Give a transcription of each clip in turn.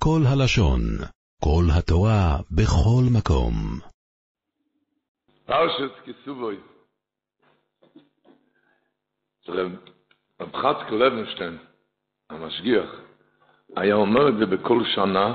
כל הלשון, כל התורה, בכל מקום. פרשת כיסובוי. רב חצקאל לוינשטיין, המשגיח, היה אומר את זה בכל שנה,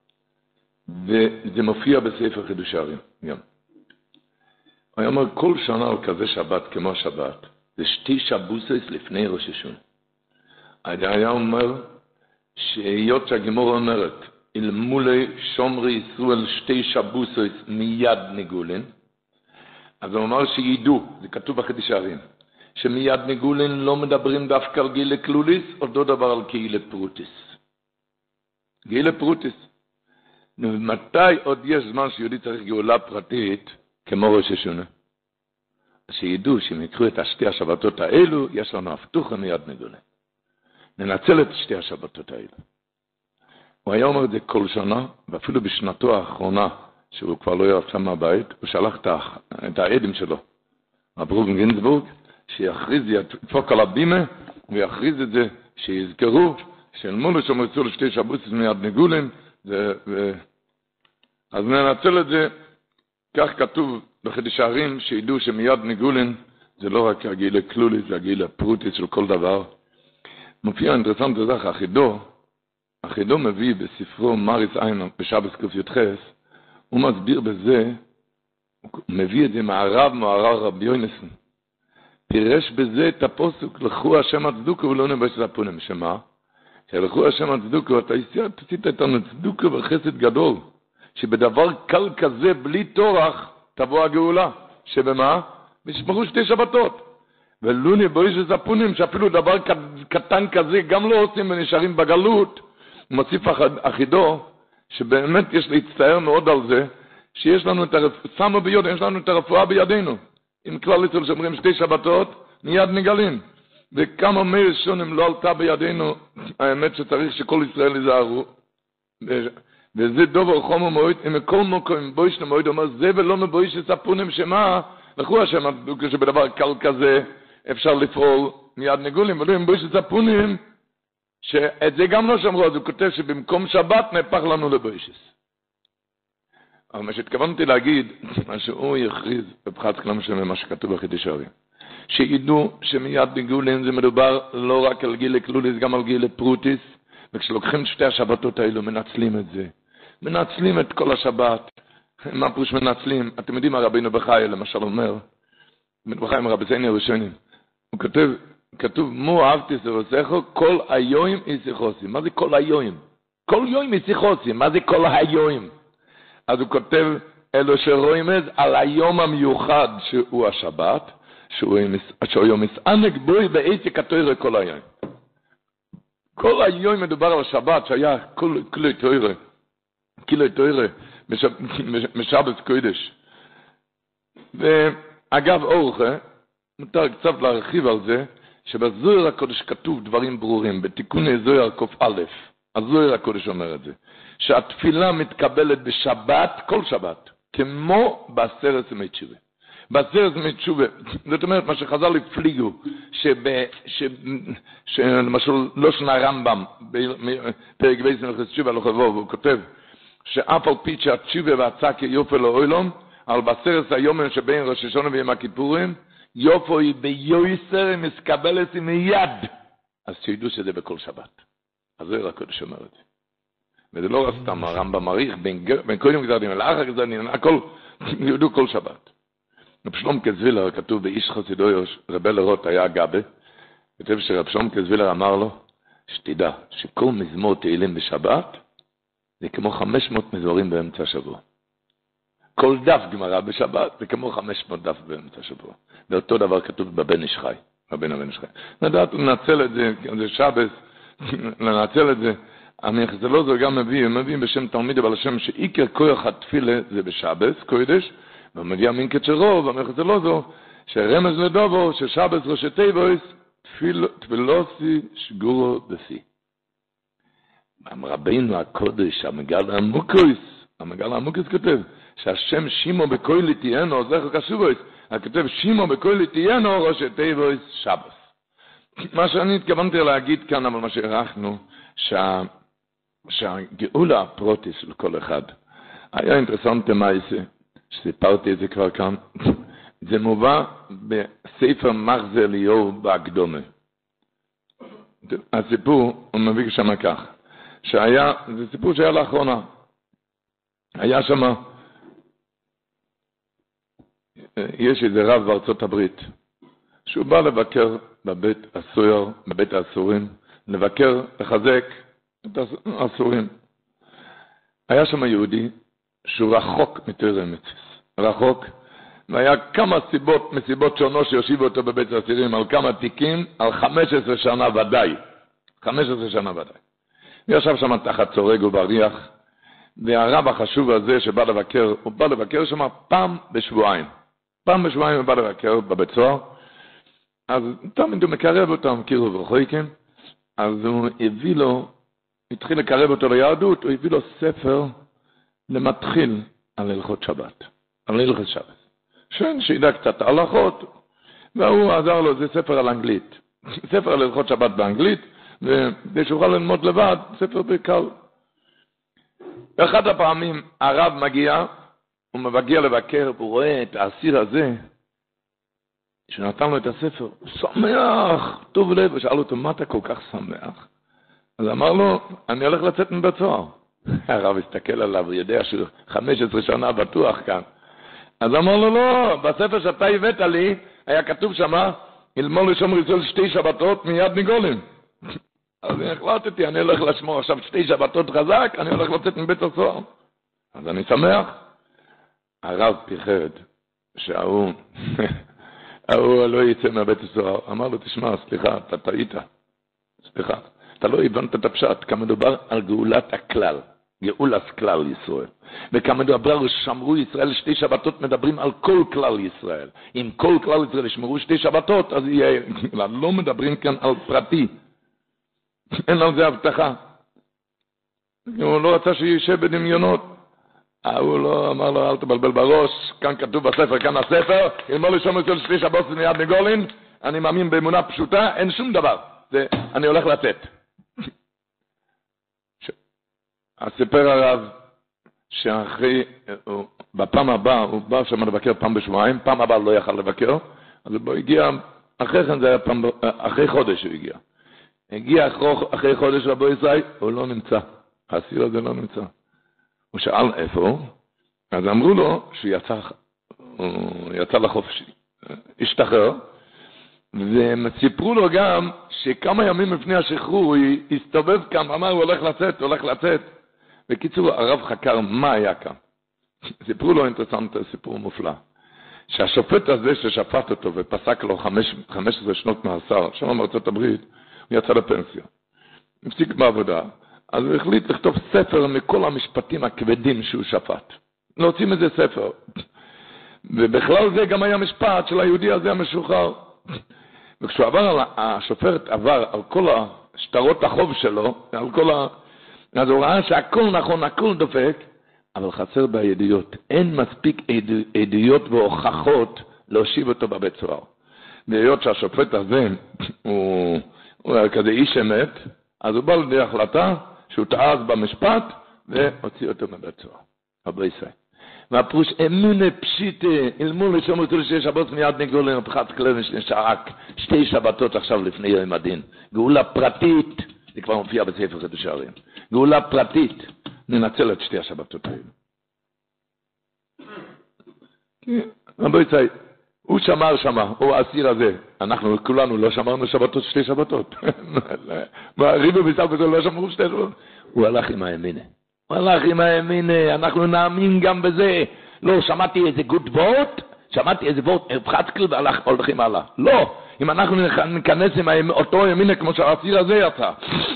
וזה מופיע בספר חידושי ערים גם. היה אומר כל שנה על כזה שבת כמו השבת, זה 2 שבוסות לפני ראש השונה. היה אומר שהיות שהגמרא אומרת, אלמולי שומרי ישראל 2 שבוסות מיד נגולין, אז הוא אמר שידעו, זה כתוב בחידושי ערים, שמיד נגולין לא מדברים דווקא על גילה כלוליס, אותו דבר על גילה פרוטיס. גילה פרוטיס. מתי עוד יש זמן שיהודי צריך גאולה פרטית כמו ראש השונה? שידעו שאם יקחו את 2 השבתות האלו, יש לנו הפתוחה מיד נגולין. ננצל את 2 השבתות האלו. הוא היה אומר את זה כל שנה, ואפילו בשנתו האחרונה, שהוא כבר לא יצא מהבית, הוא שלח את העדים שלו, הברוגן גינסבורג, שיכריז, ידפוק על הבימה, ויכריז את זה, שיזכרו, שאלמולו שומרצו ל2 שבוסות מיד נגולין, אז ננצל את זה, כך כתוב בחידושי ערים, שידעו שמיד נגולין, זה לא רק הגילה כלולית, זה הגילה פרוטיס של כל דבר. מופיע אינטרסנט לזך, אחידו מביא בספרו מריס עין בשבס ק"ח, הוא מסביר בזה, הוא מביא את זה מהרב רבי יונסון, פירש בזה את הפוסוק, לכו השם הצדוקו ולא נבש לפונים, שמה? שלכו השם הצדוקו, אתה עשית איתנו צדוקו וחסד גדול, שבדבר קל כזה בלי תורח תבוא הגאולה, שבמה? משמרו 2 שבתות. ולא נבש לפונים, שאפילו דבר קטן כזה גם לא עושים ונשארים בגלות, הוא מוסיף אחידו, שבאמת יש להצטער מאוד על זה, שיש לנו את הרפואה ביד, יש לנו את הרפואה בידינו. אם כלל ישראל שאומרים 2 שבתות, מיד נגלים. וכמה מי שונים לא עלתה בידינו, האמת שצריך שכל ישראל יזהרו. וזה דובר חומו מועד, אם מכל מוקם בויש למועד, אומר זה ולא מבויש לספונים שמה, לכו השם, כשבדבר קל כזה אפשר לפעול מיד נגולים, ולא אם בויש לספונים, שאת זה גם לא שמרו, אז הוא כותב שבמקום שבת נהפך לנו לבוישס. אבל מה שהתכוונתי להגיד, מה שהוא יכריז בפחת כלם של מה שכתוב בחידושי ערים, שידעו שמיד נגולים זה מדובר לא רק על גילה כלוליס, גם על גילה פרוטיס, וכשלוקחים 2 השבתות האלו, מנצלים את זה. מנצלים את כל השבת. מה פרוש מנצלים? אתם יודעים מה רבינו בחיי למשל אומר, בחיי מרבי זייני הראשונים, הוא כתוב, מו אהבתי סרוסךו, כל היום יסיחוסים. מה זה כל היום? כל יום יסיחוסים. מה זה כל היום? אז הוא כותב, אלו שרואים את על היום המיוחד שהוא השבת, שהוא יום מסענק בוי בעצי כתוירה כל היום. כל היום מדובר על השבת שהיה כלי תוירה משבת קודש. ואגב אורחה, מותר קצת להרחיב על זה, שבזוהר הקודש כתוב דברים ברורים, בתיקוני זוהר ק"א, הזוהר הקודש אומר את זה, שהתפילה מתקבלת בשבת, כל שבת, כמו בעשרת ימי תשובה. בעשרת ימי תשובה, זאת אומרת מה שחז"ל הפליגו, שלמשל לא שנה רמב"ם, פרק בייס מלכות תשובה לא חבוב, הוא כותב, שאף על פי שהתשובה והצקה יופי לאוילום, על בעשרת היומים שבין ראש השונה ויום הכיפורים, יופו היא ביועסר מסקבלת מיד, אז שידעו שזה בכל שבת. אז זה רק הקודש אומר את זה. וזה לא רק סתם הרמב"ם מעריך, בין קודם גזרדים ולאחר גזרדים, הכל ידעו כל שבת. רב שלמה זווילר כתוב באיש חסידו רבי לרוט היה גבה, כתב שרב שלמה זווילר אמר לו, שתדע שכל מזמור תהילים בשבת, זה כמו 500 מזמורים באמצע השבוע. כל דף גמרא בשבת זה כמו 500 דף באמצע השבוע. ואותו דבר כתוב בבן איש חי, בבן הבן איש חי. נדעת לנצל את זה, זה שבס, לנצל את זה. המייחס לא זו גם מביא בשם תלמיד אבל השם שעיקר כוח התפילה זה בשבס, קודש, ומביא המינקת של רוב, המייחס לא זו, שרמז לדובו, ששבס ראשי תיבויס, תפילוסי שגורו בפי. רבינו הקודש, המגל העמוקוס כותב, שהשם שימו בקוילי תהיינו, זכר קשובויס, הכתב שימו בקוילי תהיינו, ראשי תיבויס שבס. מה שאני התכוונתי להגיד כאן, אבל מה שהערכנו, שהגאולה הפרוטיס של כל אחד, היה אינטרסנטי מעשה, שסיפרתי את זה כבר כאן, זה מובא בספר מחזר אליהו בהקדומה. הסיפור, הוא מביא שם כך, זה סיפור שהיה לאחרונה, היה שם, יש איזה רב בארצות הברית, שהוא בא לבקר בבית האסורים, לבקר, לחזק את האסורים. היה שם יהודי שהוא רחוק מתורה מצווה, רחוק, והיה כמה מסיבות שונות שיושיבו אותו בבית האסירים על כמה תיקים, על 15 שנה ודאי. 15 שנה ודאי. וישב שם תחת צורג ובריח, והרב החשוב הזה שבא לבקר, הוא בא לבקר שם פעם בשבועיים. פעם בשבועיים הוא בא לבקר בבית סוהר, אז תמיד הוא מקרב אותם, קירוב ורחוקים, אז הוא הביא לו, התחיל לקרב אותו ליהדות, הוא הביא לו ספר למתחיל על הלכות שבת, על הלכות שבת. שידע קצת הלכות, והוא עזר לו, זה ספר על אנגלית. ספר על הלכות שבת באנגלית, ושאוכל ללמוד לבד, ספר בקל. באחד הפעמים הרב מגיע, הוא מגיע לבקר, והוא רואה את האסיר הזה, שנתן לו את הספר, שמח, טוב לב, ושאל אותו, מה אתה כל כך שמח? אז אמר לו, אני הולך לצאת מבית סוהר. הרב הסתכל עליו, הוא יודע שהוא 15 שנה בטוח כאן. אז אמר לו, לא, בספר שאתה הבאת לי, היה כתוב שמה, ילמוד לשמור ישראל 2 שבתות מיד נגולים. אז אני החלטתי, אני הולך לשמור עכשיו 2 שבתות חזק, אני הולך לצאת מבית הסוהר. אז אני שמח. הרב פיחד, שההוא לא יצא מהבית הסוהר. אמר לו, תשמע, סליחה, אתה טעית. סליחה, אתה לא הבנת את הפשט, כמה מדובר על גאולת הכלל. גאולת כלל ישראל. וכמה מדובר שמרו ישראל 2 שבתות, מדברים על כל כלל ישראל. אם כל כלל ישראל ישמרו 2 שבתות, אז יהיה, לא מדברים כאן על פרטי. אין על זה הבטחה. הוא לא רצה שישב בדמיונות. הוא לא אמר לו, אל תבלבל בראש, כאן כתוב בספר, כאן הספר, ילמוד לשמור ישראל 2 שבתות מיד נגולין, אני מאמין באמונה פשוטה, אין שום דבר. אני הולך לצאת. הספר הרב שאחרי, בפעם הבאה, הוא בא שם לבקר פעם בשבועיים, פעם הבאה לא יכל לבקר, אז הוא הגיע, אחרי כן זה היה אחרי חודש הוא הגיע. הגיע אחרי חודש רבו ישראל, הוא לא נמצא, האסיר הזה לא נמצא. הוא שאל איפה הוא, אז אמרו לו שהוא יצא לחופשי, השתחרר, והם סיפרו לו גם שכמה ימים לפני השחרור הוא הסתובב כאן, אמר הוא הולך לצאת, בקיצור, הרב חקר מה היה כאן. סיפרו לו אינטרסנט, סיפור מופלא. שהשופט הזה ששפט אותו ופסק לו 15 שנות מאסר, שם בארצות הברית, הוא יצא לפנסיה. הפסיק בעבודה. אז הוא החליט לכתוב ספר מכל המשפטים הכבדים שהוא שפט. להוציא מזה ספר. ובכלל זה גם היה משפט של היהודי הזה המשוחרר. וכשהוא השופט עבר על כל השטרות החוב שלו, אז הוא ראה שהכל נכון, הכל דופק, אבל חסר בעדויות. אין מספיק עדויות והוכחות להושיב אותו בבית סוהר. והיות שהשופט הזה הוא היה כזה איש אמת, אז הוא בא לידי החלטה שהוא תעז במשפט והוציא אותו מבית סוהר. רבי ישראל. והפרוש אמונה פשיטה, אלמול לשום רצו ל6 שבת מיד נגולין, הפחת כלב שרק 2 שבתות עכשיו לפני יום הדין. גאולה פרטית, זה כבר מופיע בספר חידוש הערים. גאולה פרטית, ננצל את 2 השבתות האלה. רבי ישראל, הוא שמר שמה, הוא האסיר הזה. אנחנו כולנו לא שמרנו שבתות 2 שבתות. ריבו בסך בזה לא שמרו 2 שבתות. הוא הלך עם האמינה. אנחנו נאמין גם בזה. לא, שמעתי איזה גוד וורט, שמעתי איזה וורט, פחתקל והולכים הלאה. לא, אם אנחנו ניכנס עם אותו ימינה כמו שהאסיר הזה יצא.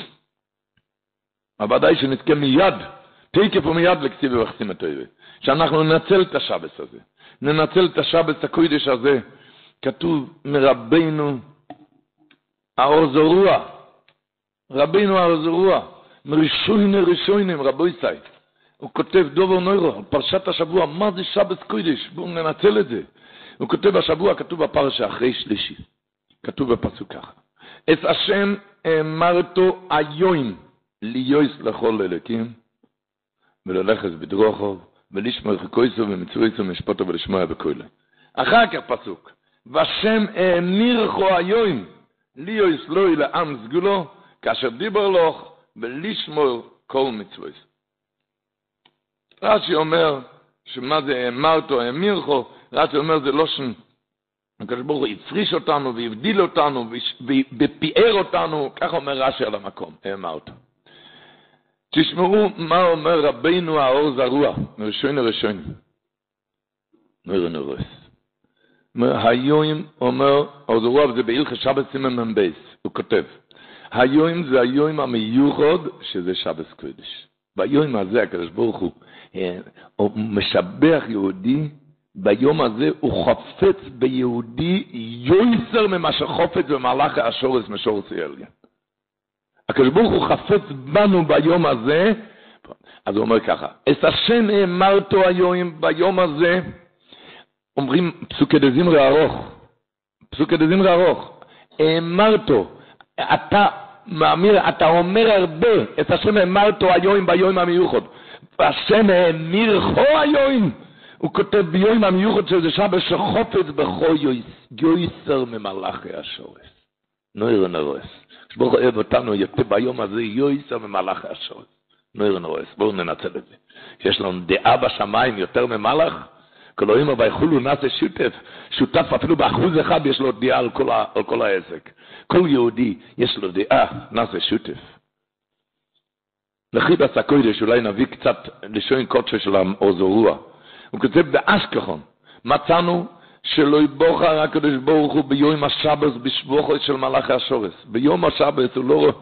הוודאי שנזכה מיד, תקף ומיד לכתיב וחסים את האלה. שאנחנו ננצל את השבס הזה. ננצל את השבס הקודש הזה. כתוב מרבינו האור זרוע. רבינו האור זרוע. מראשונים רבו ישראל. הוא כותב דובר נוירו, פרשת השבוע, מה זה שבת קודש? בואו ננצל את זה. הוא כותב השבוע, כתוב בפרשה אחרי שלישי. כתוב בפסוק ככה. את השם אמרתו היום, ליויס לכל אלוקים, וללכת בדרוכו, ולשמור חקויסו ומצויסו ומשפטו ולשמוע בקוילו. אחר כך פסוק, ושם האמירכו היום, ליויס לוי לעם סגולו, כאשר דיבר לך, ולשמור כל מצויס. רש"י אומר, שמה זה האמרתו, האמירכו, רש"י אומר זה לא שם, הקדוש ברוך הוא יפריש אותנו ויבדיל אותנו ופיאר אותנו, כך אומר רש"י על המקום, האמרתו. תשמעו מה אומר רבינו האור זרוע, מראשון לראשון. נראה. היום אומר, האור זרוע זה בהלכות שבת סימן מ"בייס, הוא כותב, היום זה היום המיוחד שזה שבת קודש. ביום הזה הקדוש ברוך הוא משבח יהודי, ביום הזה הוא חופץ ביהודי יויסר ממה שחופץ במהלך השורס משורס העליון. הקדוש ברוך הוא חפץ בנו ביום הזה, אז הוא אומר ככה, את השם האמרתו היום ביום הזה, אומרים פסוקי דזמרי ארוך, האמרתו, אתה מאמיר, אתה אומר הרבה, את השם האמרתו היום ביום המיוחד, והשם האמירכו היום, הוא כותב ביום המיוחד שזה שבת שחופץ בכל יויסר ממלאכי השורס. נוירנרוס. שברוך אוהב אותנו יפה ביום הזה יויסר ממלאכי השורס. נוירנרוס. בואו ננצל את זה. יש לנו דעה בשמיים יותר ממלאך, כל היום ביכולו נעשה שותף אפילו באחוז אחד יש לו דעה על כל העסק. כל יהודי יש לו דעה, נעשה שותף. לחידת הקודש אולי נביא קצת לשון קודשו של האור זרוע. הוא כותב באשכחון, מצאנו שלא יבוחר הקדוש ברוך הוא ביום השבת בשבוכו של מלאכי השורס. ביום השבת הוא לא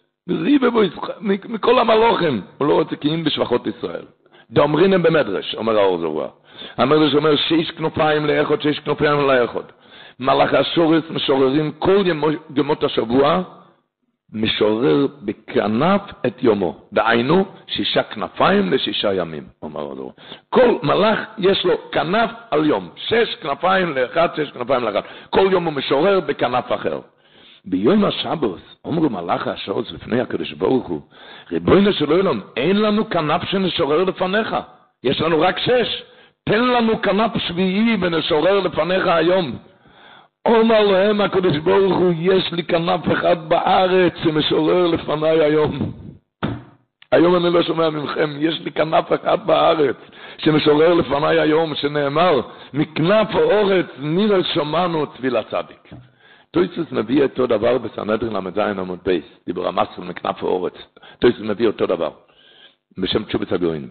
מכל המלוכים, הוא לא רוצה קיים בשבחות ישראל. דאמרינם במדרש, אומר האור זרוע. המדרש אומר 6 כנפיים לאחד, 6 כנפיים לאחד. מלאכי השורס משוררים כל ימות השבוע, משורר בכנף את יומו. דהיינו 6 כנפיים ל6 ימים, אומר לו. כל מלאך יש לו כנף על יום. 6 כנפיים לאחד, 6 כנפיים לאחד. כל יום הוא משורר בכנף אחר. ביום השבת, אומרו מלאך השורס לפני הקדוש ברוך הוא, ריבונו של עולם, אין לנו כנף שנשורר לפניך. יש לנו רק 6. תן לנו כנף שביעי ונשורר לפניך היום. אומר להם הקדוש ברוך הוא, יש לי כנף אחד בארץ שמשורר לפניי היום. היום אני לא שומע ממכם, יש לי כנף אחד בארץ שמשורר לפניי היום, שנאמר, מכנף האורץ נראה שמענו תפילה צדיק. תויסוס מביא אותו דבר בסנהדרין ל"ז עמוד בייס, דיבר המסר מכנף האורץ. תויסוס מביא אותו דבר, בשם תשובת הגויים.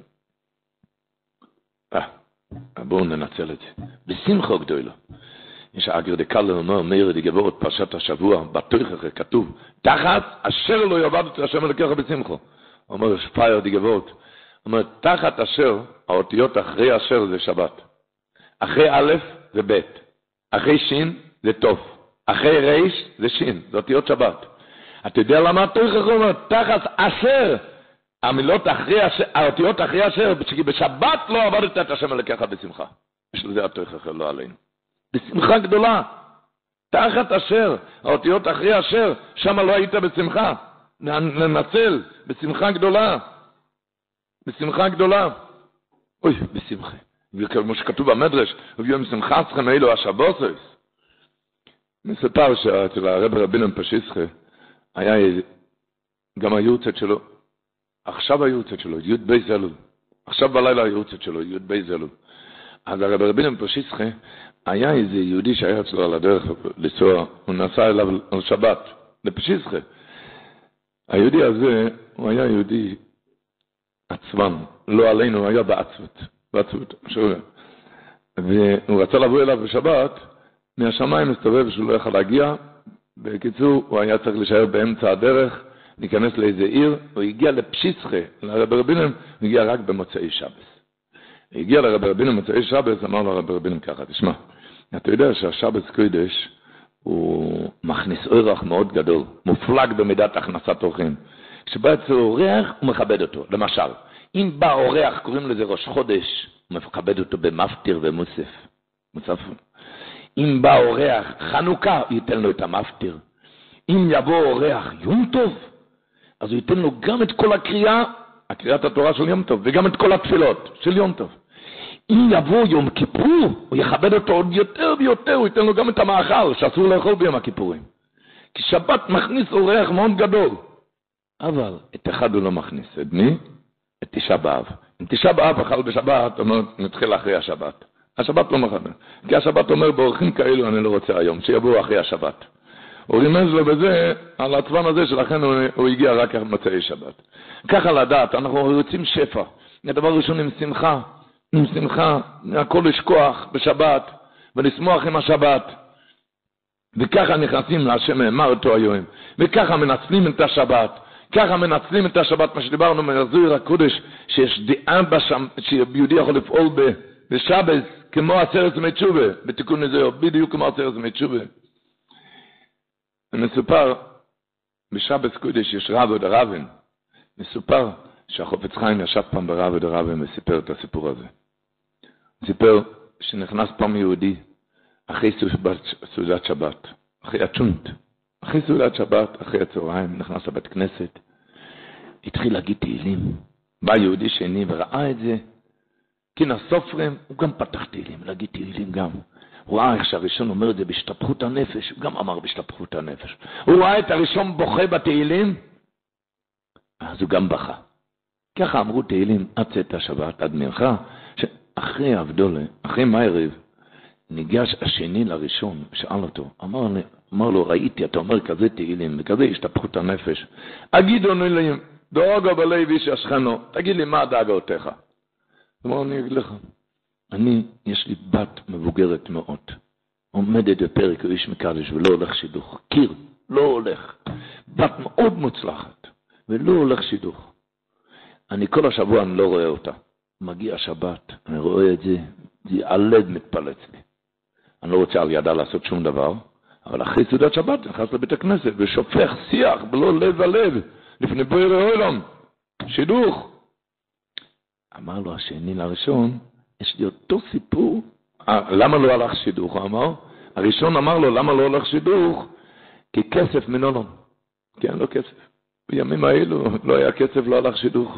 בואו ננצל את זה. בשמחה גדולה. יש אגר דקל אומר, מאיר דגבורת פרשת השבוע, בתויכך כתוב, תחת אשר לא יעבדת השם אלוקיך בשמחו. אומר שפייר דגבורת, אומר, תחת אשר, האותיות אחרי אשר זה שבת. אחרי א' זה ב', אחרי שין זה טוב, אחרי ריש זה שין, זה אותיות שבת. אתה יודע למה התויכך אומר, תחת אשר, המילות אחרי אשר, האותיות אחרי אשר, כי בשבת לא עבדת את השם אלוקיך בשמחה. יש לזה התויכך לא עלינו. בשמחה גדולה, תחת אשר, האותיות אחרי אשר, שם לא היית בשמחה, ננצל, בשמחה גדולה, בשמחה גדולה, אוי, בשמחה, וכמו שכתוב במדרש, וביום שמחה אצלכם אלו השבוסס, מספר שאצל הרב רבינם פשיסחה, היה גם היורצת שלו, עכשיו היורצת שלו, י' בייס אלול, עכשיו בלילה היורצת שלו, י' בייס אלול, אז הרב רבינם פשיסחה, היה איזה יהודי שהיה אצלו על הדרך לנסוע, הוא נסע אליו על שבת, לפשיסחה. היהודי הזה, הוא היה יהודי עצבן, לא עלינו, הוא היה בעצבות, והוא רצה לבוא אליו בשבת, מהשמיים מסתובב שהוא לא יכול להגיע, בקיצור, הוא היה צריך להישאר באמצע הדרך, להיכנס לאיזה עיר, הוא הגיע לפשיסחה, לרב רבינם, הוא הגיע רק במוצאי שבת. הגיע לרב רבינם מוצאי שבת, אמר לרב רבינם ככה, תשמע, אתה יודע שהשבת קודש הוא מכניס אורח מאוד גדול, מופלג במידת הכנסת אורחים. כשבא אצל אורח, הוא מכבד אותו. למשל, אם בא אורח, קוראים לזה ראש חודש, הוא מכבד אותו במפטיר ומוסף. אם בא אורח חנוכה, ייתן לו את המפטיר. אם יבוא אורח יום טוב, אז הוא ייתן לו גם את כל הקריאת התורה של יום טוב, וגם את כל התפילות של יום טוב. אם יבוא יום כיפור, הוא יכבד אותו עוד יותר ויותר, הוא ייתן לו גם את המאכל שאסור לאכול ביום הכיפורים. כי שבת מכניס אורח מאוד גדול. אבל את אחד הוא לא מכניס. את מי? את תשעה באב. אם תשעה באב אכל בשבת, אומר, נתחיל אחרי השבת. השבת לא מכבד. כי השבת אומר, באורחים כאלו אני לא רוצה היום, שיבואו אחרי השבת. הוא רימז לו בזה, על הצבן הזה שלכן הוא הגיע רק מצאי שבת. ככה לדעת, אנחנו רוצים שפע. הדבר ראשון עם שמחה, הכל לשכוח בשבת, ולשמוח עם השבת. וככה נכנסים להשם אמר אותו היום. וככה מנצלים את השבת. ככה מנצלים את השבת, מה שדיברנו מזוהיר הקודש, שיש דעה שיהודי יכול לפעול בשבת, כמו עצרת ימי תשובה, בתיקון נזוהיר, בדיוק כמו עצרת ימי תשובה. מסופר, בשבת קודש יש רב עוד הרבים. מסופר שהחופץ חיים ישב פעם ברב עוד הרבים וסיפר את הסיפור הזה. סיפר שנכנס פעם יהודי אחרי סעודת שבת, אחרי הצ'ונט, אחרי סעודת שבת, אחרי הצהריים, נכנס לבית כנסת, התחיל להגיד תהילים. בא יהודי שני וראה את זה, כי הסופרים, הוא גם פתח תהילים, להגיד תהילים גם. הוא ראה איך שהראשון אומר את זה בהשתפכות הנפש, הוא גם אמר בהשתפכות הנפש. הוא ראה את הראשון בוכה בתהילים, אז הוא גם בכה. ככה אמרו תהילים עד צאת השבת, עד מנחה, שאחרי הבדולה, אחרי מערב, ניגש השני לראשון, שאל אותו, אמר לו, ראיתי, אתה אומר כזה תהילים, וכזה השתפכות הנפש. אגידו נילאים, דאגה בלב איש השכנו, תגיד לי מה דאגותיך? אמר, אני אגיד לך, יש לי בת מבוגרת מאוד, עומדת בפרק איש מקדש ולא הולך שידוך, קיר, לא הולך, בת מאוד מוצלחת, ולא הולך שידוך. אני כל השבוע אני לא רואה אותה, מגיע שבת, אני רואה את זה, זה הלב מתפלץ לי. אני לא רוצה על ידה לעשות שום דבר, אבל אחרי סעודת שבת נכנס לבית הכנסת ושופך שיח בלא לב ולב, לפני בורא העולם, שידוך. אמר לו השני לראשון, יש לי אותו סיפור. למה לא הלך שידוך? אמר, הראשון אמר לו, למה לא הלך שידוך? כי כסף מן עולם. כי אין לו כסף. בימים האלו לא היה כסף, לא הלך שידוך.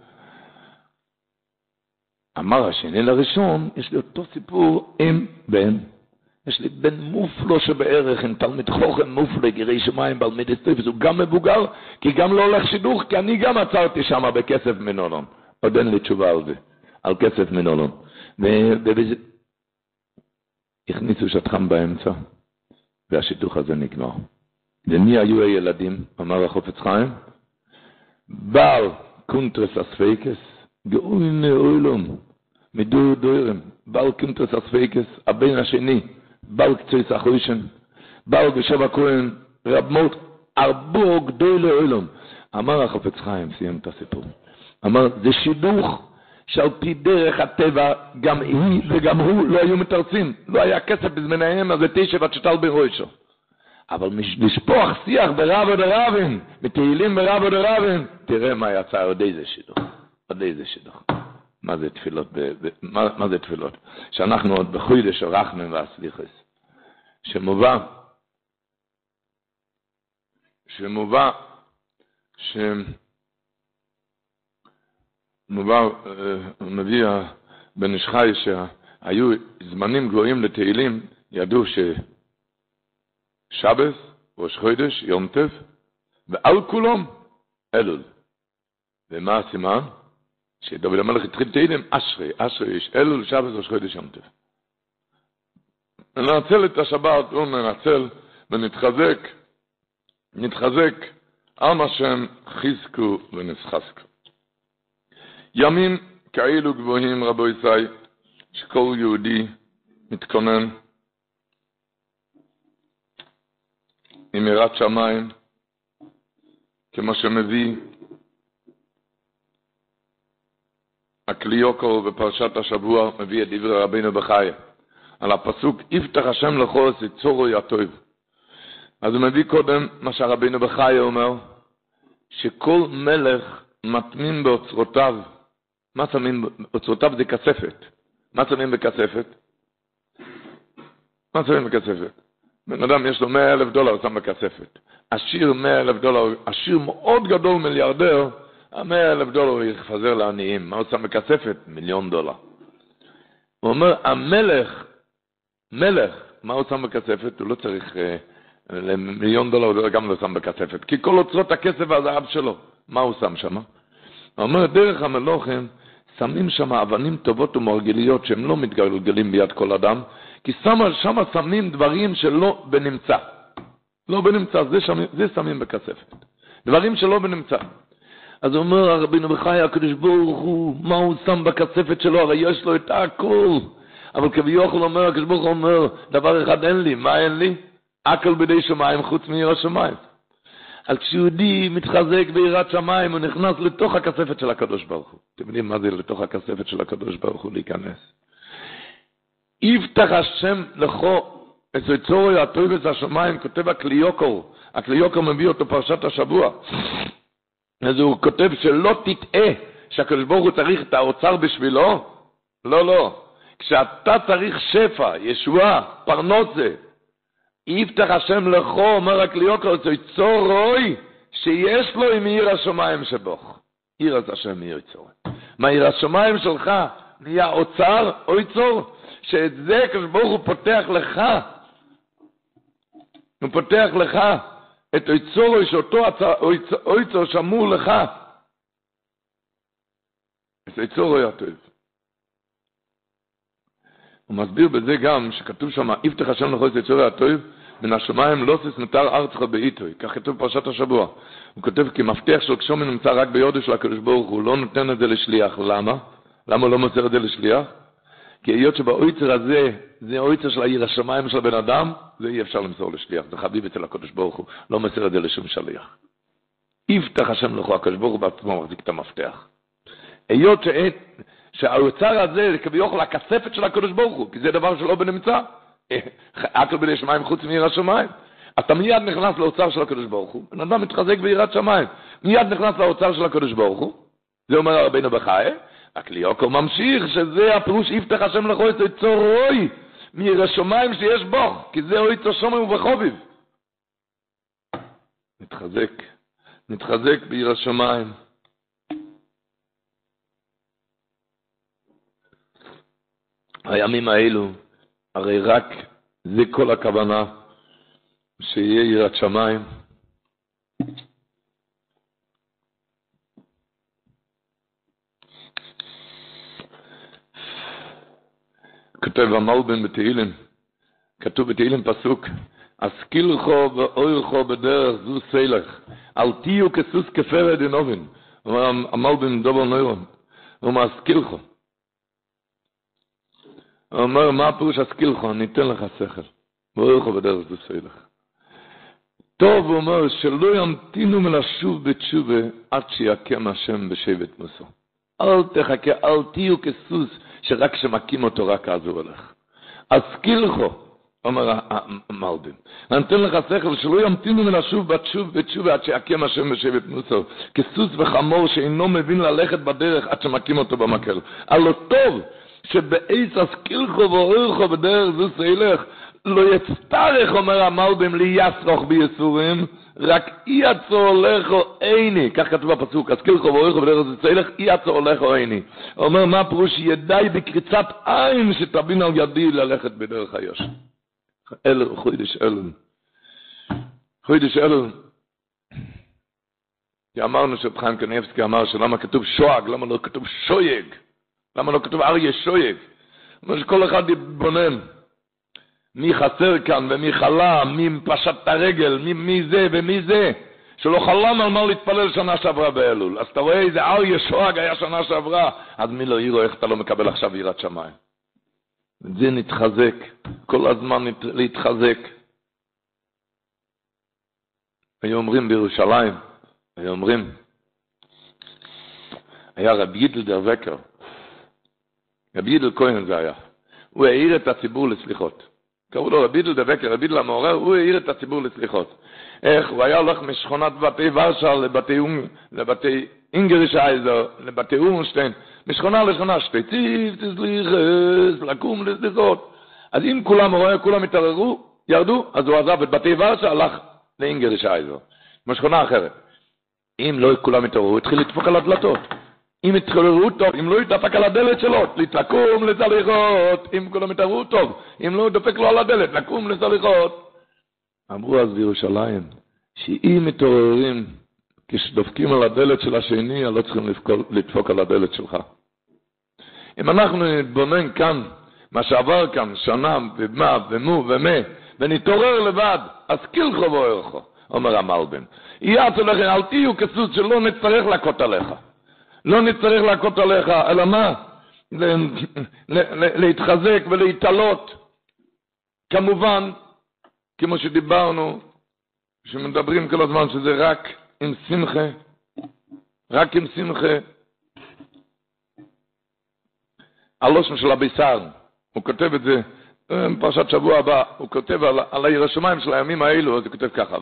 אמר השני לראשון, יש לי אותו סיפור עם בן. יש לי בן מופלו שבערך, עם תלמיד חוכם מופלו, גירי שמיים בלמיד הסטריפס, הוא גם מבוגר, כי גם לא הולך שידוך, כי אני גם עצרתי שם בכסף מן עולם. עוד אין לי תשובה על זה, על כסף מן עולם. ובזה הכניסו שטחם באמצע, והשידוך הזה נגמר. ומי היו הילדים? אמר החופץ חיים, בעל קונטרס אספייקס, גאוין אוילום, מדור דוירם, בעל קונטרס אספייקס, הבן השני, בעל קצויס אחוישן, בעל בשבע כהן, רב מות, ארבו גדול אוילום. אמר החופץ חיים, סיים את הסיפור. אמר, זה שידוך שעל פי דרך הטבע, גם היא וגם הוא לא היו מתרצים. לא היה כסף בזמניהם, אז זה תשב עד שתל בראשו. אבל לשפוך שיח ברב ודרבן, בתהילים ברב ודרבן, תראה מה יצא עוד איזה שידוך. עוד איזה שידוך. מה זה תפילות? מה זה תפילות? שאנחנו עוד בחוידש הרחמים והסליחס. מביא בן איש חי שהיו זמנים גבוהים לתהילים, ידעו ששבת, ראש חודש, יום טוב, ועל כולם אלול. ומה הסימן? שדוד המלך התחיל תהילים, אשרי איש, אלול, שבת, ראש חודש, יום טוב. ננצל את השבת, ננצל ונתחזק על מה שהם חיזקו ונסחזקו. ימים כאלו גבוהים רבו ישראל, שכל יהודי מתכונן עם יראת שמיים, כמו שמביא הקליוקו בפרשת השבוע, מביא את דברי רבינו בחיי, על הפסוק, יפתח השם לכו יצורו יטוב. אז הוא מביא קודם מה שהרבינו בחיי אומר, שכל מלך מתמין באוצרותיו. מה שמים באוצרותיו? זה כספת. מה שמים בכספת? בן אדם יש לו $100,000 שם בכספת. עשיר $100,000, עשיר מאוד גדול מיליארדר, $100,000 הוא יחפזר לעניים. מה הוא שם בכספת? $1,000,000. הוא אומר, המלך, מה הוא שם בכספת? הוא לא צריך $1,000,000, הוא גם לא שם בכספת. כי כל אוצרות הכסף והזהב שלו, מה הוא שם שם? הוא אומר, דרך המלוכים, שמים שם אבנים טובות ומרגליות שהם לא מתגלגלים ביד כל אדם, כי שם שמים דברים שלא בנמצא. לא בנמצא, זה שמים בכספת. דברים שלא בנמצא. אז הוא אומר, רבינו בחי, הקדוש ברוך הוא, מה הוא שם בכספת שלו? הרי יש לו את הכל. אבל כביכול אומר, הקדוש ברוך הוא אומר, דבר אחד אין לי. מה אין לי? הכל בידי שמיים חוץ מיראת שמיים. אז כשיהודי מתחזק ביראת שמיים, הוא נכנס לתוך הכספת של הקדוש ברוך הוא. אתם יודעים מה זה לתוך הכספת של הקדוש ברוך הוא להיכנס? יפתח השם לכו, אצל צורי הטויבס השמיים, כותב הקליוקור. הקליוקור מביא אותו פרשת השבוע. אז הוא כותב שלא תטעה שהקדוש ברוך הוא צריך את האוצר בשבילו. לא. כשאתה צריך שפע, ישועה, פרנסה, יפתח השם לכו, אומר הקליוקור, זה יצור רוי שיש לו עם עיר השמיים שבוך. עיר את השם מי יצור. מה עיר השמיים שלך נהיה אוצר או יצור? שאת זה כשברוך הוא פותח לך. הוא פותח לך את היצור שאותו היצור שמור לך. את היצור היה טוב. הוא מסביר בזה גם שכתוב שם, יפתח השם לכו את היצור היה טוב, מן השמיים לא נותר ארצך בעיתוי. כך כתוב פרשת השבוע. הוא כותב כי מפתח של גשום נמצא רק ביודו של הקדוש ברוך הוא, לא נותן את זה לשליח. למה? למה לא מוסר את זה לשליח? כי היות שבאויצר הזה, זה האויצר של העיר השמיים של הבן אדם, זה אי אפשר למסור לשליח. זה חביב אצל הקדוש ברוך הוא, לא מוסר את זה לשום שליח. יפתח השם לכו, הקדוש ברוך הוא בעצמו מחזיק את המפתח. היות שהאוצר הזה זה כביכול הכספת של הקדוש ברוך הוא, כי זה דבר שלא בנמצא. הכל בידי שמיים חוץ מיראת שמיים. אתה מיד נכנס לאוצר של הקדוש ברוך הוא, בן אדם מתחזק ביראת שמיים, מיד נכנס לאוצר של הקדוש ברוך הוא. זה אומר רבינו בחי, הקליוקור ממשיך שזה הפירוש יפתח השם לכו את יצור רוי מיראת שמיים שיש בו, כי זה הוא יצור שומם ובחוביב. נתחזק ביראת שמיים. הימים האלו, הרי רק זה כל הכוונה, שיהיה יראת שמיים. כתוב המלבן בתהילים, כתוב בתהילים פסוק, השכילכו ואוירכו בדרך זו סילך, אל תהיו כסוס כפרד אינובן. אומר המלבן דובר נוירון, הוא אומר השכילכו. הוא אומר, מה הפירוש השכילכו? אני אתן לך שכל. ואוירכו בדרך זו סילך. טוב, הוא אומר, שלא ימתינו מלשוב בתשובה עד שיקם השם בשבט מוסו. אל תחכה, אל תהיו כסוס שרק שמקים אותו רק אז הוא הולך. השכילכו, אומר המלבן, אני אתן לך שכל שלא ימתינו מלשוב בתשובה עד שיקם השם בשבט מוסו. כסוס וחמור שאינו מבין ללכת בדרך עד שמקים אותו במקל. הלא טוב שבעץ השכילכו ואוירכו בדרך זו סילך, לא יצטרך, אומר המלבן, ליסרוך ביסורים, רק אי עצור לכו איני, כך כתוב בפסוק, השכילכו ואוירכו בדרך זו סילך, אי עצור לכו איני. אומר מה פירוש? ידי בקריצת עין שתבין על ידי ללכת בדרך היושר. חוידש אלול. כי אמרנו שחיים קניבסקי אמר שלמה כתוב שואג, למה לא כתוב שויג? למה לא כתוב אריה שויג? אומר שכל אחד יתבונן. מי חסר כאן ומי חלם, מי פשט את הרגל, מי זה ומי זה, שלא חלם על מה להתפלל שנה שעברה באלול. אז אתה רואה איזה אריה שואג היה שנה שעברה, אז מי לא יראו איך אתה לא מקבל עכשיו יראת שמיים. זה נתחזק, כל הזמן להתחזק. היו אומרים בירושלים, היה רבי יידל דר וקר, רבי יידל כהן זה היה, הוא העיר את הציבור לסליחות. קראו לו רבי יידל דר וקר, רבי יידל המעורר, הוא העיר את הציבור לסליחות. איך? הוא היה הולך משכונת בתי ורשה לבתי אינגרישייזר, לבתי אורנשטיין, משכונה לשכונה, שפציף, תסליחס, לקום לסליחות. אז אם כולם רואה, כולם התעררו, ירדו, אז הוא עזב את בתי ורשה, הלך לאינגר שייזו, משכונה אחרת. אם לא כולם התעוררו, הוא התחיל לדפוק על הדלתות. אם התעוררו טוב, אם לא ידפק על הדלת שלו, לקום לסליחות, אם כולם התעוררו טוב, אם לא דופק לו על הדלת, לקום לסליחות. אמרו אז בירושלים, שאם מתעוררים, כשדופקים על הדלת של השני, לא צריכים לדפוק על הדלת שלך. אם אנחנו נתבונן כאן, מה שעבר כאן, שנה ומה ומו ומה, ונתעורר לבד, אז קילחו ואורכו, אומר המלבם. יעצו לכם, אל תהיו כסוס שלא נצטרך להכות עליך. לא נצטרך להכות עליך, אלא מה? להתחזק ולהתעלות. כמובן, כמו שדיברנו, שמדברים כל הזמן שזה רק עם שמחה, רק עם שמחה. הלושן של הביסר, הוא כותב את זה, פרשת שבוע הבא, הוא כותב על העיר השמיים של הימים האלו, אז הוא כותב ככה,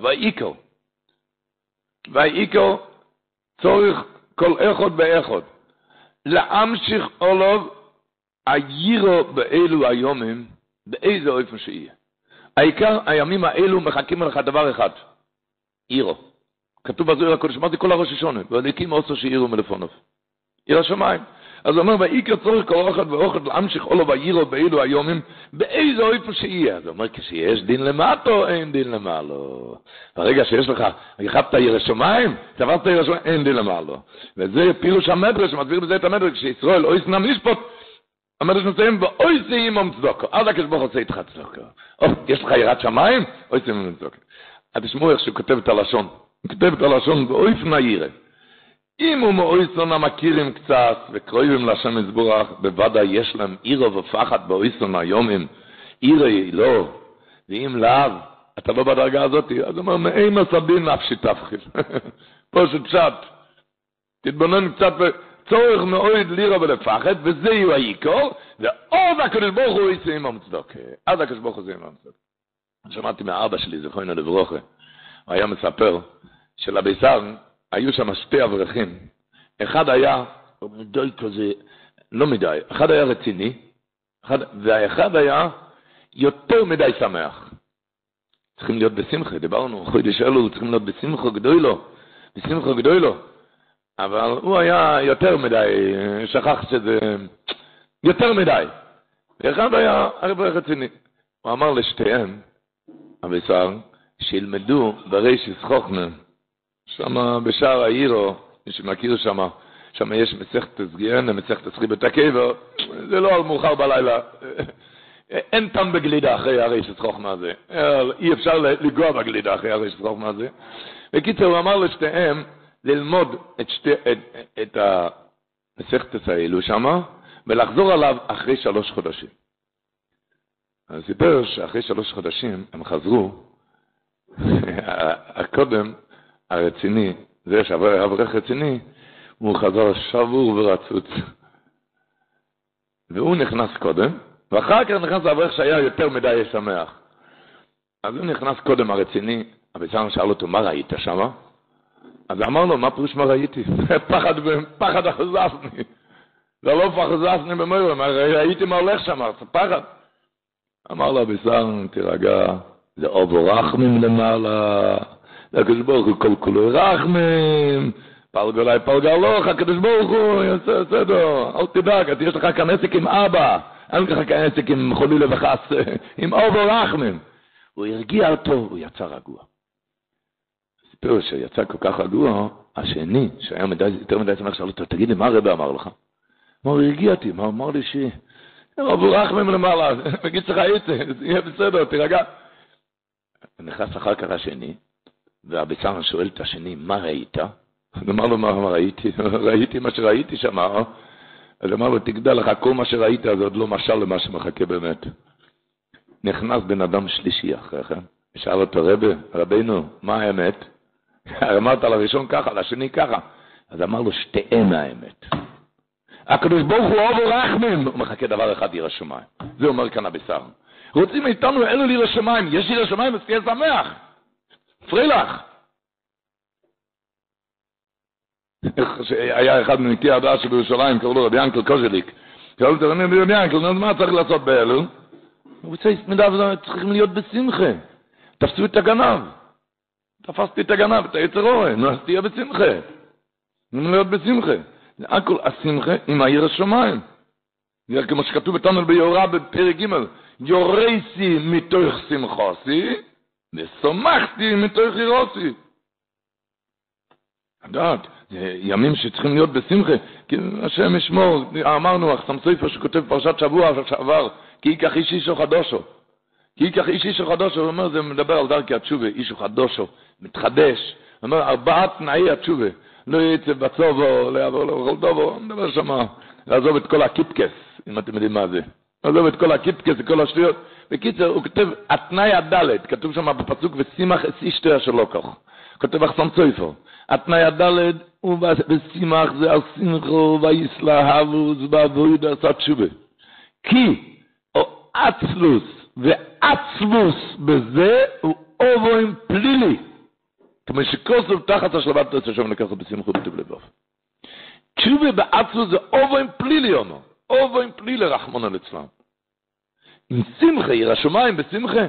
ואיקו צורך כל אחד באחד, להמשיך עולוב הירו באלו היומים, באיזה אופן שיהיה. העיקר, הימים האלו מחכים לך דבר אחד, עירו. כתוב בזוהר הקודש, אמרתי כל הראש השונה, והליקים עושה שעירו מלפונוב. עיר השמיים. אז הוא אומר, ואיקר צורך כל אחד ואחד להמשיך עולוב הירו באלו היומים, באיזה אופן שיהיה. אז הוא אומר, כשיש דין למטו, אין דין למעלו. ברגע שיש לך, יחבת עיר השמיים, צברת עיר השמיים, אין דין למעלו. וזה פירוש המדרש, שמסביר בזה את המדרש, כשישראל אוי סנם לשפוט, המדרש מסיים, ואוי סיים המצדוקו, עד הקשבוך עושה איתך צדוקו. יש לך יראת שמיים? אוי סיים המצדוקו. אז תשמעו איך שהוא כותב את הלשון. הוא כותב את הלשון באוי פנה ירא. אם הוא מאוי סונה מכירים קצת, וקרויבים לשם יזבורך, בוודאי יש להם עירו ופחד באוי סונה יומים, עירו לא, ואם לאו, אתה לא בדרגה הזאת, אז הוא אומר, מאין הסדין נפשי תפחיל. פה שצ'ת, תתבונן קצת צורך מאוד לירה ולפחד, וזה יהיו העיקר, ועוד הקדוש ברוך הוא יצא עם המצדוק. עד הקדוש ברוך הוא יצא עם המצדוק. שמעתי מהאבא שלי, זכרונו לברוכה, הוא היה מספר שלביסר היו שם שתי אברכים. אחד היה, מדי כזה, לא מדי, אחד היה רציני, והאחד היה יותר מדי שמח. צריכים להיות בשמחה, דיברנו, חודש אלו, צריכים להיות בשמחה גדולו. אבל הוא היה יותר מדי, שכח שזה יותר מדי. ואחד היה הרבה רציני. הוא אמר לשתיהם, הביסר, שילמדו בריש חוכמה, שם בשער העירו, מי שמכיר שם יש מסכת סגיין, מסכת סחיבת הקבר, זה לא על מאוחר בלילה, אין טעם בגלידה אחרי הריש חוכמה הזה, אי אפשר לגוע בגלידה אחרי הריש חוכמה הזה. בקיצור, הוא אמר לשתיהם, ללמוד את המסכת האלו שמה, ולחזור עליו אחרי 3 חודשים. אז סיפר שאחרי 3 חודשים הם חזרו, הקודם הרציני, זה שהאברך רציני, הוא חזר שבור ורצוץ. והוא נכנס קודם, ואחר כך נכנס האברך שהיה יותר מדי שמח. אז הוא נכנס קודם הרציני, הביסר שאל אותו, מה ראית שמה? אז אמר לו, מה פירוש מה ראיתי? פחד אחזפני. זה לא פחזפני במוירם, ראיתי מה הולך שם, זה פחד. אמר לו, ביסר, תירגע, זה אובו רחמים למעלה, הקדוש ברוך הוא כל כולו רחמים, פלגולי פלגלוך, הקדוש ברוך הוא, יעשה סדר, אל תדאג, יש לך כאן עסק עם אבא, אין לך כאן עסק עם חולי וחס, עם אובו רחמים. הוא הרגיע אותו, הוא יצא רגוע. סיפר שיצא כל כך רגוע, השני, שהיה יותר מדי שמח, שאל אותו, תגיד לי, מה הרב אמר לך? הוא הרגיע אותי, מה אמר לי אובו רחמים למעלה, בגיד לך יהיה בסדר, תירגע. נכנס אחר כך השני, והביסר שואל את השני, מה ראית? אז אמר לו, מה ראיתי? ראיתי מה שראיתי שם. אז אמר לו, תגדל לך, כל מה שראית, זה עוד לא משל למה שמחכה באמת. נכנס בן אדם שלישי אחריכם, ושאל אותו, רבינו, מה האמת? אמרת לראשון ככה, לשני ככה. אז אמר לו, שתיהם האמת. הקדוש ברוך הוא אובו רחמים, הוא מחכה דבר אחד, עיר השמיים. זה אומר כאן הביסר. רוצים איתנו אלו לעיר השמיים, יש עיר השמיים, אז תהיה שמח. פרילך. היה אחד מנקי הדעה שבירושלים, קראו לו רבי ינקל קוז'ליק. קראו לו רבי ינקל, מה צריך לעשות באלו? הוא רוצה מדבר, צריכים להיות בשמחה. תפסו את הגנב. תפסתי את הגנב, את היצר אורן, נו, אז תהיה בשמחה. צריכים להיות בשמחה. זה הכל השמחה עם העיר השמיים. זה כמו שכתוב בתנ"ל ביורה בפרק ג' יורייסי מתוך שמחוסי, ושמחתי מתוך ירוסי. לדעת, זה ימים שצריכים להיות בשמחה, כי השם ישמור, אמרנו, אחסם סופר שכותב פרשת שבוע שעבר, כי ייקח איש אישו חדושו. כי ייקח איש אישו חדושו, הוא אומר, זה מדבר על דרכי התשובה, אישו חדושו, מתחדש. הוא אומר, 4 תנאי התשובה, לא יצא בצובו, לא יעבור לכל דובו, מדבר שמה, לעזוב את כל הקיפקס, אם אתם יודעים מה זה. לעזוב את כל הקיפקס וכל השטויות. בקיצר, הוא כותב, התנאי הדלת, כתוב שם בפסוק, ושימח את אישתיה שלו כך. כותב אחסם סופר. התנאי הדלת הוא ושימח זה על שמחו ויסלהבו ובעבוד עשה תשובה. כי או עצלוס ועצלוס בזה הוא אובוים פלילי. כמו שכוסף תחת השלבת תעשה שם לקחת בשמחו בטוב לבב. תשובה בעצלוס זה אובוים פלילי אומר. אובוים פלילי רחמון על אצלם. עם שמחה, ירא שמיים בשמחה.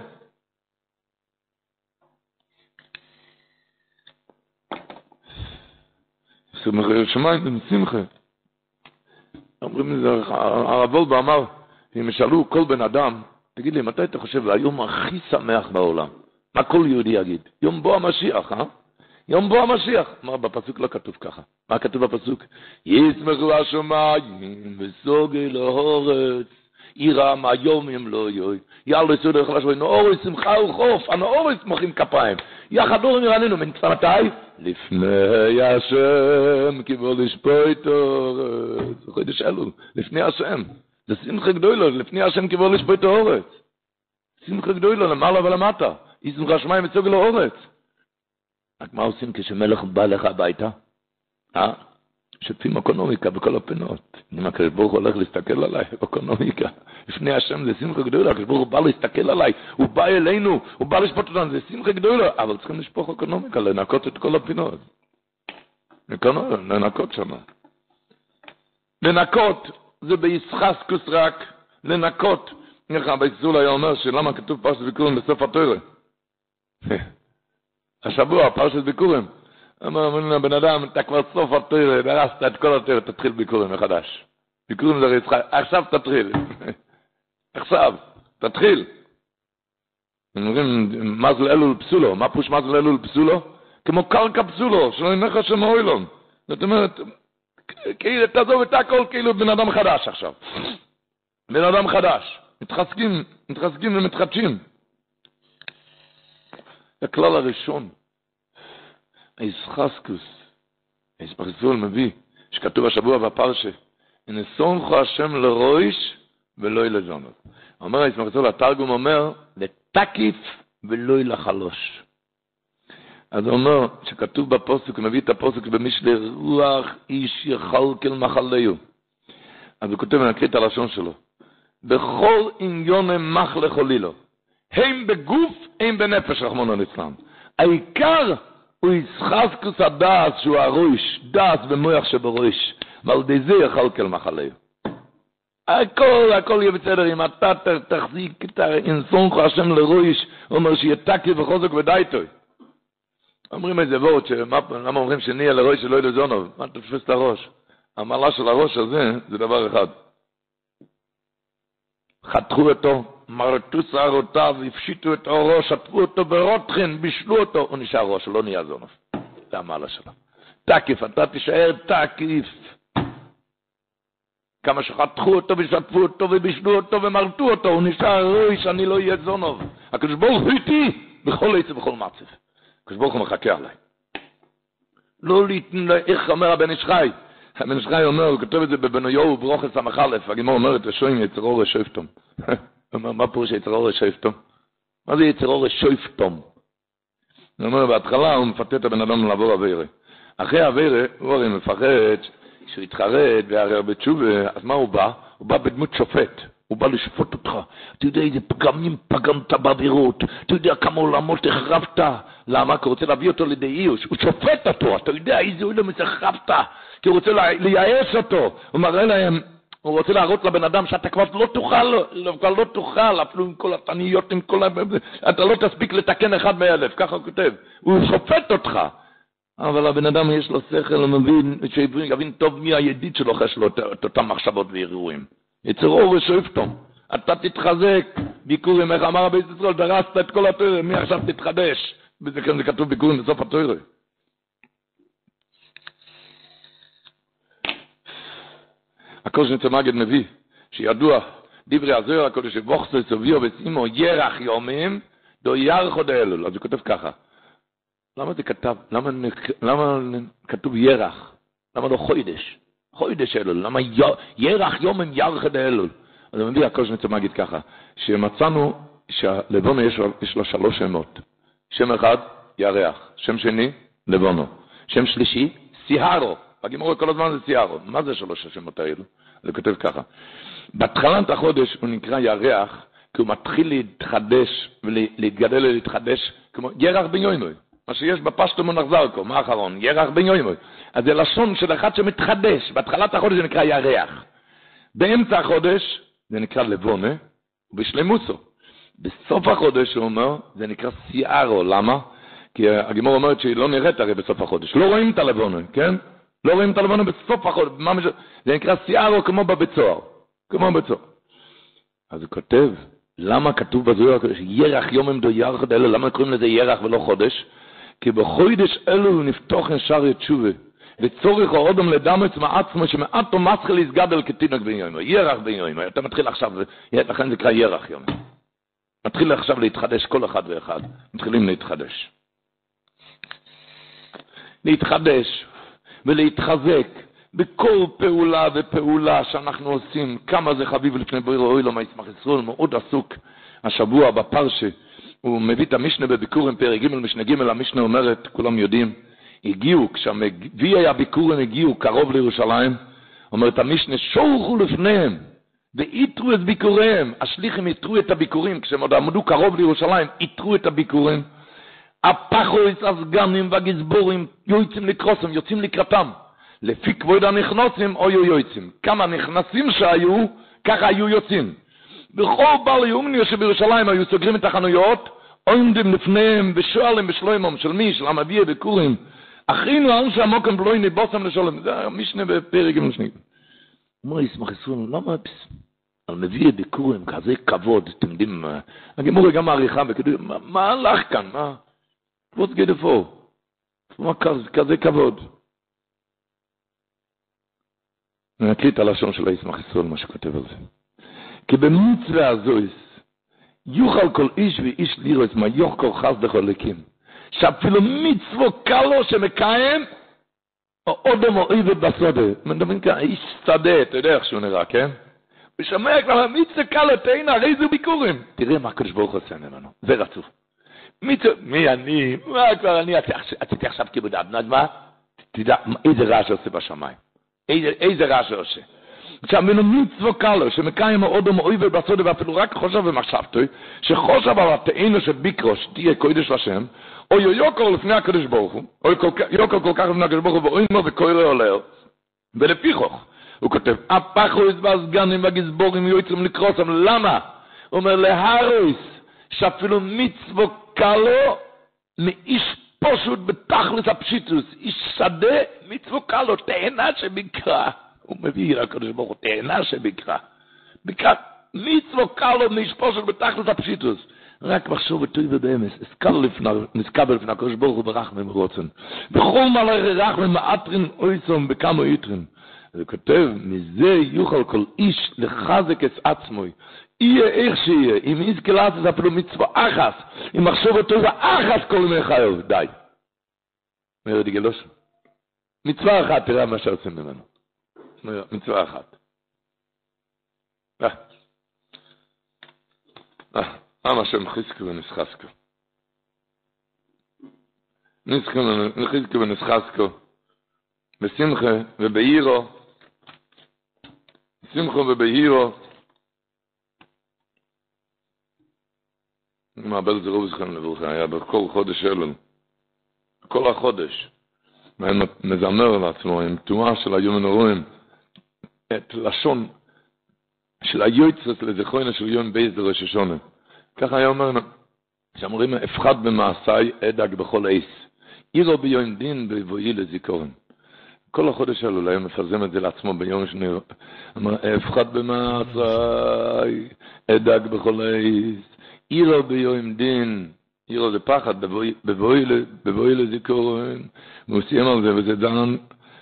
שמיים בשמחה. אומרים לזה, הרב וולבה אמר, אם ישאלו כל בן אדם, תגיד לי, מתי אתה חושב היום הכי שמח בעולם? מה כל יהודי יגיד? יום בוא המשיח, יום בוא המשיח. אמר, בפסוק לא כתוב ככה. מה כתוב בפסוק? ישמחו השמיים וסוגי לאורץ, יראה מהיומים לא יוי. יאללה יסוד לכל השבועים, נאורי שמחה וחוף, הנאורי שמחים כפיים. יחדורים ירננו, מנצא מתי? לפני השם, כיבול לשפוט אורץ. זה חודש אלו, לפני השם. זה שמחה גדולה, לפני השם כיבול לשפוט אורץ. שמחה גדולה, למעלה ולמטה. ישמחו השמיים וסוגי לאורץ. רק מה עושים כשמלך בא לך הביתה? שותפים אקונומיקה בכל הפינות. אם הקדוש ברוך הוא הולך להסתכל עליי, אקונומיקה. לפני השם זה שמחה גדולה, הקדוש ברוך הוא בא להסתכל עליי, הוא בא אלינו, הוא בא לשפוט אותנו, זה שמחה גדולה, אבל צריכים לשפוך אקונומיקה, לנקות את כל הפינות. לנקות שם. לנקות, זה בישחסקוס רק, לנקות. נראה, ביצול היה אומר שלמה כתוב פרשת ביקורים בסוף התורה. השבוע, פרשת ביקורים. אמר לבן אדם, אתה כבר סוף התורה, דרסת את כל התורה, תתחיל ביקורים מחדש. ביקורים זה רצחה, עכשיו תתחיל. עכשיו, תתחיל. אומרים, מזל אלול פסולו, מה פוש מזל אלול פסולו? כמו קרקע פסולו, שלא ינך שם אוילון. זאת אומרת, תעזוב את הכל כאילו בן אדם חדש עכשיו. בן אדם חדש. מתחזקים ומתחדשים. הכלל הראשון, הישחסקוס, הישפרסול מביא, שכתוב השבוע בפרשה, הנסונכו השם לרויש ולא לזונות. אומר הישפרסול, התרגום אומר, לתקיף ולא לחלוש. אז הוא אומר, שכתוב בפוסק, הוא מביא את הפוסק במשלי רוח איש יחלקל מחלהו. אז הוא כותב, ונקריא את הלשון שלו, בכל עניון מחלך הולילו, הם בגוף, הם בנפש, רחמנא ליצלן. העיקר הוא ישחסקוס הדעת שהוא הראש, דעת ומוח שבראש, ועל די זה יחלקל מחלהו. הכל יהיה בסדר, אם אתה תחזיק את הנסונכו השם לראש, הוא אומר שיהיה תקי וחוזק ודייטוי. אומרים איזה וורד, למה אומרים שנהיה לראש שלא יהיה לזונוב? מה תפס את הראש? המעלה של הראש הזה זה דבר אחד. חתכו אותו, מרטו שערותיו, הפשיטו את אורו, שטפו אותו ברותחין, בישלו אותו, הוא נשאר ראש, לא נהיה זונוב. זה המעלה שלו. תקיף, אתה תישאר תקיף. כמה שחתכו אותו ושטפו אותו ובישלו אותו ומרטו אותו, הוא נשאר ראש, אני לא אהיה זונוב. הקדוש ברוך הוא איתי, בכל עצב ובכל מצב. הקדוש ברוך הוא מחכה עליי. לא להתנ... איך אומר הבן איש חי? הבן איש חי אומר, הוא כותב את זה בבנויהו ברוכס המחלף, הגימור אומרת, רשויים יצרו רשויפתום. הוא אומר, מה פירוש יצרו רשויפתום? מה זה יצרו רשויפתום? הוא אומר, בהתחלה הוא מפתה את הבן אדם לעבור עבירה. אחרי העבירה, הוא הרי מפחד שהוא יתחרט והרי בתשובה, אז מה הוא בא? הוא בא בדמות שופט. הוא בא לשפוט אותך. אתה יודע איזה פגמים פגמת בעבירות. אתה יודע כמה עולמות החרבת. למה? כי הוא רוצה להביא אותו לידי איוש. הוא שופט אותו. אתה יודע איזה עולם החרבת. כי הוא רוצה לייעץ אותו. הוא מראה להם, הוא רוצה להראות לבן אדם שאתה כבר לא תוכל, אפילו עם כל התניות, אתה לא תספיק לתקן 1 מ-1000, ככה הוא כותב. הוא שופט אותך. אבל הבן אדם יש לו שכל, הוא מבין, שיבין טוב מי הידיד שלו, חש לו את אותם מחשבות ואירועים. יצר אור ושואפתו. אתה תתחזק, ביקורים, איך אמר בית ישראל, דרסת את כל התורה, מי עכשיו תתחדש? וזה כאן זה כתוב ביקורים בסוף התורה. הקודש נצא מגד מביא, שידוע, דברי הזוהר הקודש, שבוכסו סוביו ושימו ירח יומים, דו ירחו דאלול. אז הוא כותב ככה. למה זה כתב? למה כתוב ירח? למה לא חוידש? חוידש אלול. למה ירח יומים ירחו דאלול? אז הוא מביא הקודש נצא מגד ככה, שמצאנו שלבונו יש לו 3 שמות. שם אחד, ירח. שם שני, לבונו. שם שלישי, סיהרו. הגימור כל הזמן זה סיהרו. מה זה 3 השמות האלו? זה כותב ככה. בתחילת החודש הוא נקרא ירח, כי הוא מתחיל להתחדש ולהתגדל ולהתחדש, כמו ירח בן יוימוי. מה שיש בפשטו מונח זרקו, מה האחרון? ירח בן יוימוי. אז זה לשון של אחד שמתחדש. בתחילת החודש זה נקרא ירח. באמצע החודש זה נקרא לבונה, ובשלמוסו. בסוף החודש הוא אומר, זה נקרא סיהרו. למה? כי הגימור אומרת שהיא לא נראית הרי בסוף החודש. לא רואים את הלבונה, כן? לא רואים את הלבונה בסוף החודש. זה נקרא סיהרו כמו בבצוער. כמו בצוער. אז הוא כותב, למה כתוב בזוהר ירח יומם דו ירח דאלו? למה קוראים לזה ירח ולא חודש? כי בחודש אלו נפתוח שער תשובה. וצורך האדם לדמץ מעצמו שמעטו מסחל יסגדל כתינוק בן יומם. ירח בן יומם. אתה מתחיל עכשיו, לכן זה נקרא ירח יומם. מתחיל עכשיו להתחדש כל אחד ואחד. מתחילים להתחדש. להתחדש ולהתחזק בכל פעולה ופעולה שאנחנו עושים. כמה זה חביב לפני ברירה אוהלו מה ישמח ישראל, מאוד עסוק השבוע בפרשה. הוא מביא את המשנה בביקורים פרק ג' משנה ג', המשנה אומרת, כולם יודעים, הגיעו, כשהמביאי הביקורים הגיעו קרוב לירושלים, אומרת המשנה, שורחו לפניהם ואיתרו את ביקוריהם. השליחים איתרו את הביקורים, כשהם עוד עמדו קרוב לירושלים, איתרו את הביקורים. הפחויס הסגנים והגזבורים יוצאים לקרוסם, יוצאים לקראתם. לפי כבוד הנכנסים או יוצאים. כמה נכנסים שהיו, ככה היו יוצאים. בכל בעל יומני שבירושלים היו סוגרים את החנויות, עומדים לפניהם ושואלים בשלוימם של מי, של המביאי ביקורים. אחינו אנשי עמוקם בלויני בוסם לשולם. זה המשנה בפרק ג' משנה. מה ישמח ישראל? למה על מביא ביקורים כזה כבוד, אתם יודעים, הגימור גם מעריכה בכדור, מה הלך כאן? מה? What's good for? מה כזה כבוד? אני אקריא את הלשון של הישמח ישראל, מה שכותב על זה. כי במצווה הזויס, יוכל כל איש ואיש לירוס מה יוכל חס דחולקים. שאפילו מצוו קלו שמקיים, או אודם או איבד בסודה. מדברים כאן, איש שדה, אתה יודע איך שהוא נראה, כן? הוא שומע כבר, מצווה קלו תהינה, הרי זו ביקורים. תראה מה הקדוש ברוך עושה ממנו, זה רצוף. מי אני? מה כבר אני? עשיתי עכשיו כיבוד אבן, אז מה? תדע, איזה רעש עושה בשמיים. איזה רעש עושה. עכשיו, מנו מצוו קלו, שמקיים האודם או איבד בסודה, ואפילו רק חושב ומחשבתו, שחושב על התאינו של ביקרו, שתהיה קודש לשם, או יוקר לפני הקדוש ברוך הוא, או יוקר כל כך לפני הקדוש ברוך הוא, ואוי מו וקורא עולר, ולפי חוך, הוא כותב, הפחויס והסגנים והגזבורים יוצאים לקרוסם, למה? הוא אומר, להרויס, שאפילו מצוו קלו, מאיש פשוט בתכלס הפשיטוס, איש שדה, מצוו קלו, תאנה שבקרא, הוא מביא הקדוש ברוך הוא, תאנה שבקרא, בקרא, מצוו קלו, מאיש פשוט בתכלס הפשיטוס, רק מחשוב וטוי ובאמס, נזכבל לפני הקדוש ברוך הוא ברחמם ורוצן, בכל מלא רחמם מאטרין אויסום בכמה איטרין, זה כותב, מזה יוכל כל איש לחזק את עצמוי, יהיה איך שיהיה, אם יזכה לעשות אפילו מצווה אחת, אם מחשוב וטוי ואחת כל ימי חיוב, די. מרד גלוש, מצווה אחת, תראה מה שעושים ממנו. מצווה אחת. אמה שם חזקו ונסחסקו. חזקו ונסחסקו. בשמחה ובהירו. בשמחה ובהירו. מעבל זה רוב זכם לברוכה. היה בכל חודש אלו. כל החודש. והם מזמר לעצמו עם תנועה של היום הנורואים. את לשון של היועצת לזכרונה של יום בייס דראש השונה. ככה היה אומר, שאמרים, אפחד במעשי אדאג בכל עיס. עירו ביום דין בבואי לזיכרון. כל החודש שלו, היה מפרזם את זה לעצמו ביום שני. אמר, אפחד במעשי אדאג בכל עיס. עירו ביום דין. עירו זה פחד, בבואי לזיכרון. והוא סיים על זה, וזה דן,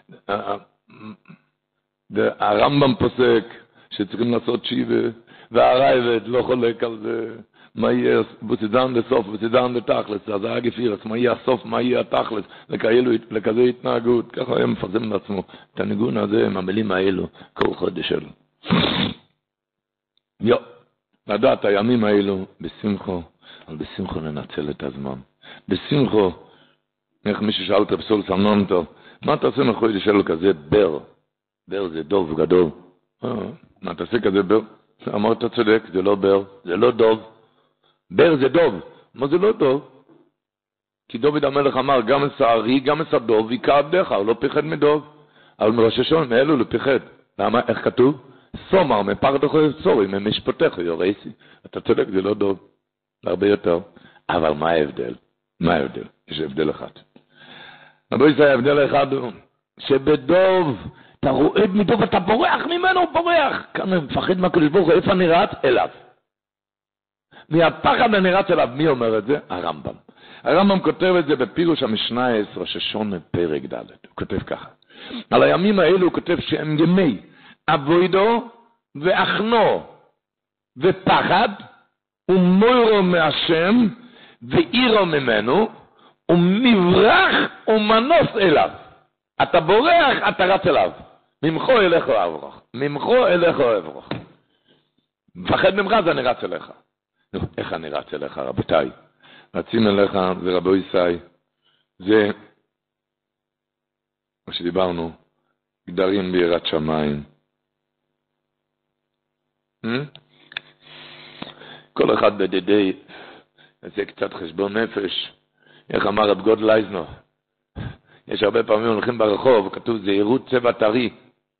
הרמב"ם פוסק, שצריכים לעשות שיבה, והרייבד לא חולק על זה, מה יהיה, בצדן לסוף, בצדן לתכלס, אז היה גפיר, מה יהיה הסוף, מה יהיה התכלס, לכזה התנהגות, ככה היה מפרסם לעצמו, את הניגון הזה, עם המילים האלו, כל חודש שלו. לדעת, הימים האלו, בשמחו, אבל בשמחו ננצל את הזמן. בשמחו, איך מישהו שאל את הפסול סמנונטו, מה אתה עושה מחודש שלו כזה בר? בר זה דוב גדול. מה אתה עושה כזה בר? אמרת צודק, זה לא בר, זה לא דוב. בר זה דוב. מה זה לא דוב? כי דוד המלך אמר, גם את הארי, גם את הדוב, יקע עבדך, הוא לא פיחד מדוב. אבל מראש השון, מאלו לא פיחד. למה? איך כתוב? סומר, מפחדך יצורי, ממשפטך יורסי. אתה צודק, זה לא דוב. הרבה יותר. אבל מה ההבדל? מה ההבדל? יש הבדל אחד. אבל יש ההבדל אחד הוא, שבדוב, אתה רועד מדוב, אתה בורח ממנו, הוא בורח. כאן הוא מפחד מהקדוש ברוך הוא, איפה נראה? אליו. מהפחד הנראה אליו, מי אומר את זה? הרמב"ם. הרמב"ם כותב את זה בפירוש המשנה 10, ששונה פרק ד'. הוא כותב ככה. על הימים האלו הוא כותב שהם ימי אבוידו ואחנו ופחד ומוירו מהשם ואירו ממנו ומברח ומנוס אליו. אתה בורח, אתה רץ אליו. ממחו אליך אברוך. ממחו אליך אברוך. מפחד ממך, זה אני רץ אליך. נו, איך אני רץ אליך, רבותיי? רצים אליך, זה רבו ישי. זה מה שדיברנו, גדרים ביראת שמיים. כל אחד בדידי, זה קצת חשבון נפש. איך אמר רב גודל אייזנר? יש הרבה פעמים הולכים ברחוב, כתוב זהירות צבע טרי.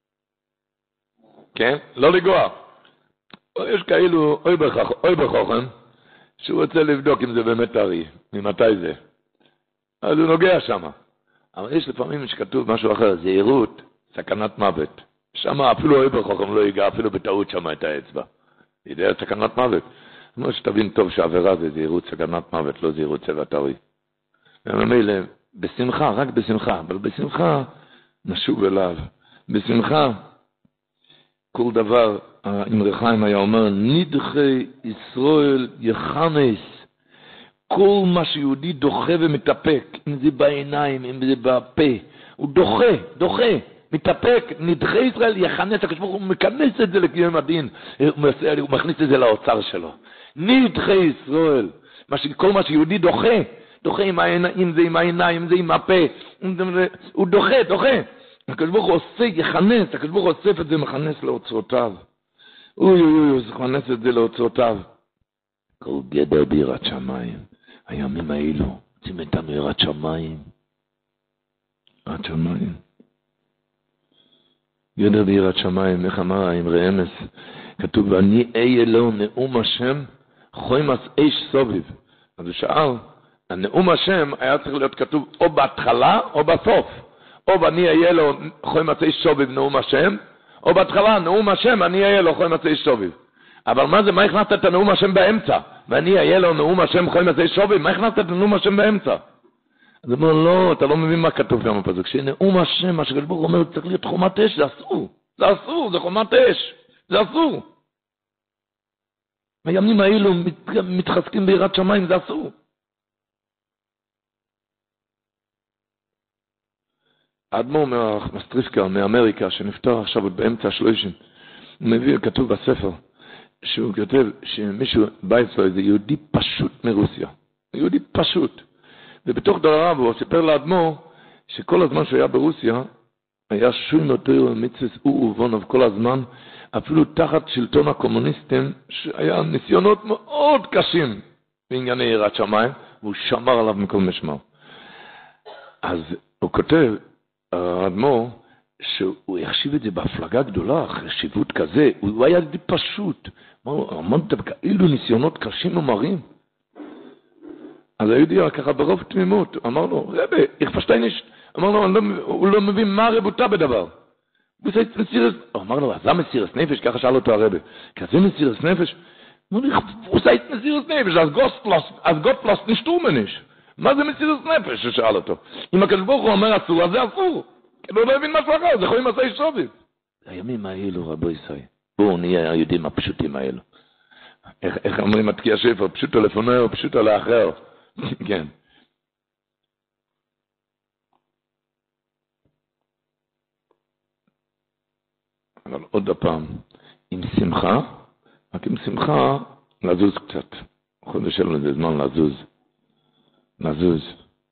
כן? לא לגוע. יש כאלו, אוי בחוכם, שהוא רוצה לבדוק אם זה באמת טרי, ממתי זה. אז הוא נוגע שם. אבל יש לפעמים שכתוב משהו אחר, זהירות, סכנת מוות. שם אפילו אוי בחוכם לא ייגע, אפילו בטעות שם את האצבע. ידע סכנת מוות. כמו שתבין טוב שהעבירה זה זהירות סכנת מוות, לא זהירות צבע טרי. וממילא, בשמחה, רק בשמחה, אבל בשמחה נשוב אליו. בשמחה, כל דבר, אמרי חיים היה אומר, נדחי ישראל יחנס, כל מה שיהודי דוחה ומתאפק, אם זה בעיניים, אם זה בפה, הוא דוחה, מתאפק, נדחי ישראל יחנס, הוא מכנס את זה לקיום הדין, הוא מכניס את זה לאוצר שלו. נדחי ישראל, כל מה שיהודי דוחה אם זה עם העיניים, אם זה עם הפה, הוא דוחה. הקדוש ברוך הוא עושה, יחנס, הקדוש ברוך הוא אוסף את זה, מכנס לאוצרותיו. הוא מכנס את זה לאוצרותיו. כל גדר ביראת שמיים, הימים האלו, רוצים איתנו יראת שמיים. יראת שמיים. גדר ביראת שמיים, איך אמר האמרי אמס, כתוב, ואני אהיה לו נאום השם, חוימס אש סוביב. אז הוא שאל, הנאום השם היה צריך להיות כתוב או בהתחלה או בסוף. או אני אהיה לו חוי מצי שוביב נאום השם, או בהתחלה נאום השם אני אהיה לו חוי מצי שוביב. אבל מה זה, מה הכנסת את הנאום השם באמצע? ואני אהיה לו נאום השם חוי מצי שוביב, מה הכנסת את הנאום השם באמצע? אז הוא אומר, לא, אתה לא מבין מה כתוב שם בפסוק. כשנאום השם, מה שקדוש ברוך הוא אומר, צריך להיות חומת אש, זה אסור, זה חומת אש, זה אסור. הימים האלו מתחזקים ביראת שמיים, זה אסור. האדמו"ר מהמסטריסקה, מאמריקה, שנפטר עכשיו באמצע השלושים, הוא מביא, כתוב בספר, שהוא כותב שמישהו בא אצלו, איזה יהודי פשוט מרוסיה. יהודי פשוט. ובתוך דבריו הוא סיפר לאדמו"ר, שכל הזמן שהוא היה ברוסיה, היה שוי נוטר מצווה ובונוב כל הזמן, אפילו תחת שלטון הקומוניסטים, שהיה ניסיונות מאוד קשים בענייני יראת שמיים, והוא שמר עליו מכל משמר. אז הוא כותב, האדמו"ר, שהוא החשיב את זה בהפלגה גדולה, חשיבות כזה, הוא היה די פשוט. אמרת, כאילו ניסיונות קשים ומרים. אז היהודי היה ככה ברוב תמימות, אמר לו, רבי, איך פשטייניש? אמר לו, הוא לא מבין מה רבותה בדבר. הוא אמר לו, זה מסירס נפש, ככה שאל אותו הרבי. כזה מסירס נפש? הוא עושה את מסירס נפש, אז גוטפלסט נשתו מניש. מה זה מסירס נפש? ששאל אותו. אם הקדוש ברוך הוא אומר אסור, אז זה אסור. כי הוא לא הבין משהו אחר, זה יכולים לעשות שובים. הימים האלו, רבו ישראל. בואו נהיה היהודים הפשוטים האלו. איך אומרים התקיע שפר, פשוטו לפונר, פשוטו לאחר. כן. אבל עוד הפעם, עם שמחה, רק עם שמחה, לזוז קצת. חודש שלנו זה זמן לזוז.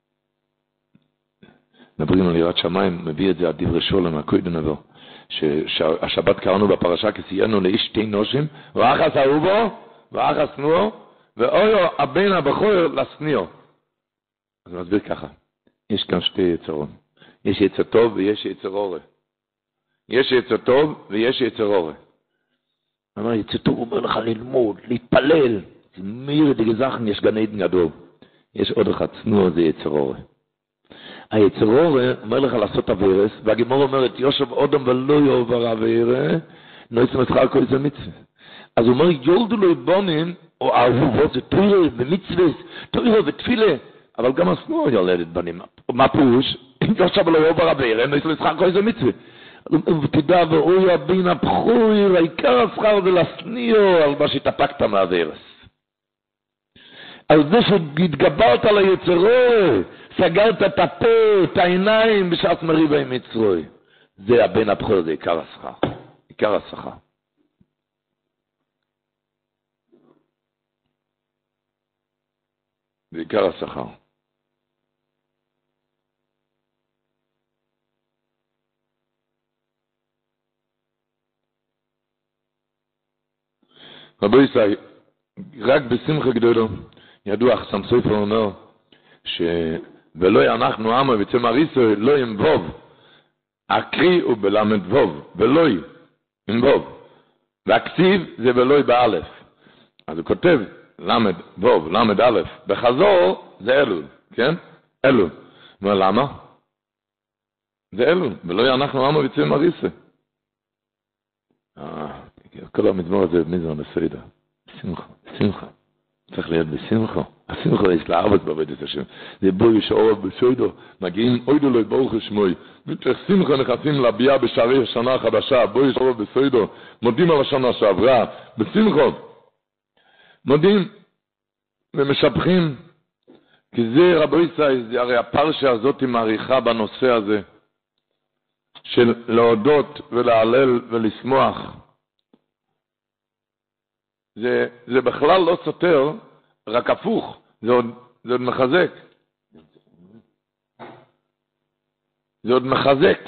מדברים על יראת שמיים, מביא את זה עד דברי שולם, הקודם נבוא. שהשבת קראנו בפרשה, כסיינו לאיש שתי נושים, ואחס אהובו, ואחס נועו, ואויו הבן הבחור לסניו. אז אני מסביר ככה, יש כאן שתי יצרות. יש יצר טוב ויש יצר אורה. יש יצר טוב ויש יצר אורה. אמר, יצר טוב אומר לך ללמוד, להתפלל. זה מיר דגזכן, יש גן עדן גדול. יש עוד אחד, צנוע זה יצר אורה. היצר אורה אומר לך לעשות אבירס, והגימור אומרת, יושב אודם ולא יעבור אבירה, נועצם את חלקו איזה מצווה. אז הוא אומר, יולדו לו בונין, או אהובו, זה תוירה במצווה, תוירה ותפילה, אבל גם הסנוע יולדת בנים. מה פירוש? יושב לא יעבור אבירה, נועצם את חלקו איזה מצווה. ותדע ואוי הבין הבחור, העיקר השכר זה לסניו, על מה שהתאפקת מהאבירס. על זה שהתגברת על היצרו, סגרת את הפה, את העיניים, בשעת מריבה עם יצרוי. זה הבן הבחור, זה עיקר השכר. עיקר השכר. זה עיקר השכר. רבי ישראל, רק בשמחה גדולו, ידוע, חסם סופר אומר, ולא אנחנו עמה וצמר ישראל, לא ימבוב, הקרי הוא בלמד ווב, ולא ימבוב, והכתיב זה ולא באלף. אז הוא כותב, למד ווב, למד א', בחזור זה אלול, כן? אלול. למה? זה אלול, ולא אנחנו עמה וצמר ישראל. כל המזמור הזה מזמור בסעידה. שמחה. צריך להיות בשמחה. השמחה יש לעבוד בעבודת השם. זה בוי שאורב בסעידו. מגיעים אוידו לו ברוך שמוי. מתוך שמחה נכנסים לביאה בשערי השנה החדשה. בוי שאורב בסעידו. מודים על השנה שעברה. בשמחה. מודים ומשבחים. כי זה רבו ישראל, הרי הפרשה הזאת היא מעריכה בנושא הזה. של להודות ולהלל ולשמוח. זה בכלל לא סותר, רק הפוך, זה עוד מחזק. זה עוד מחזק.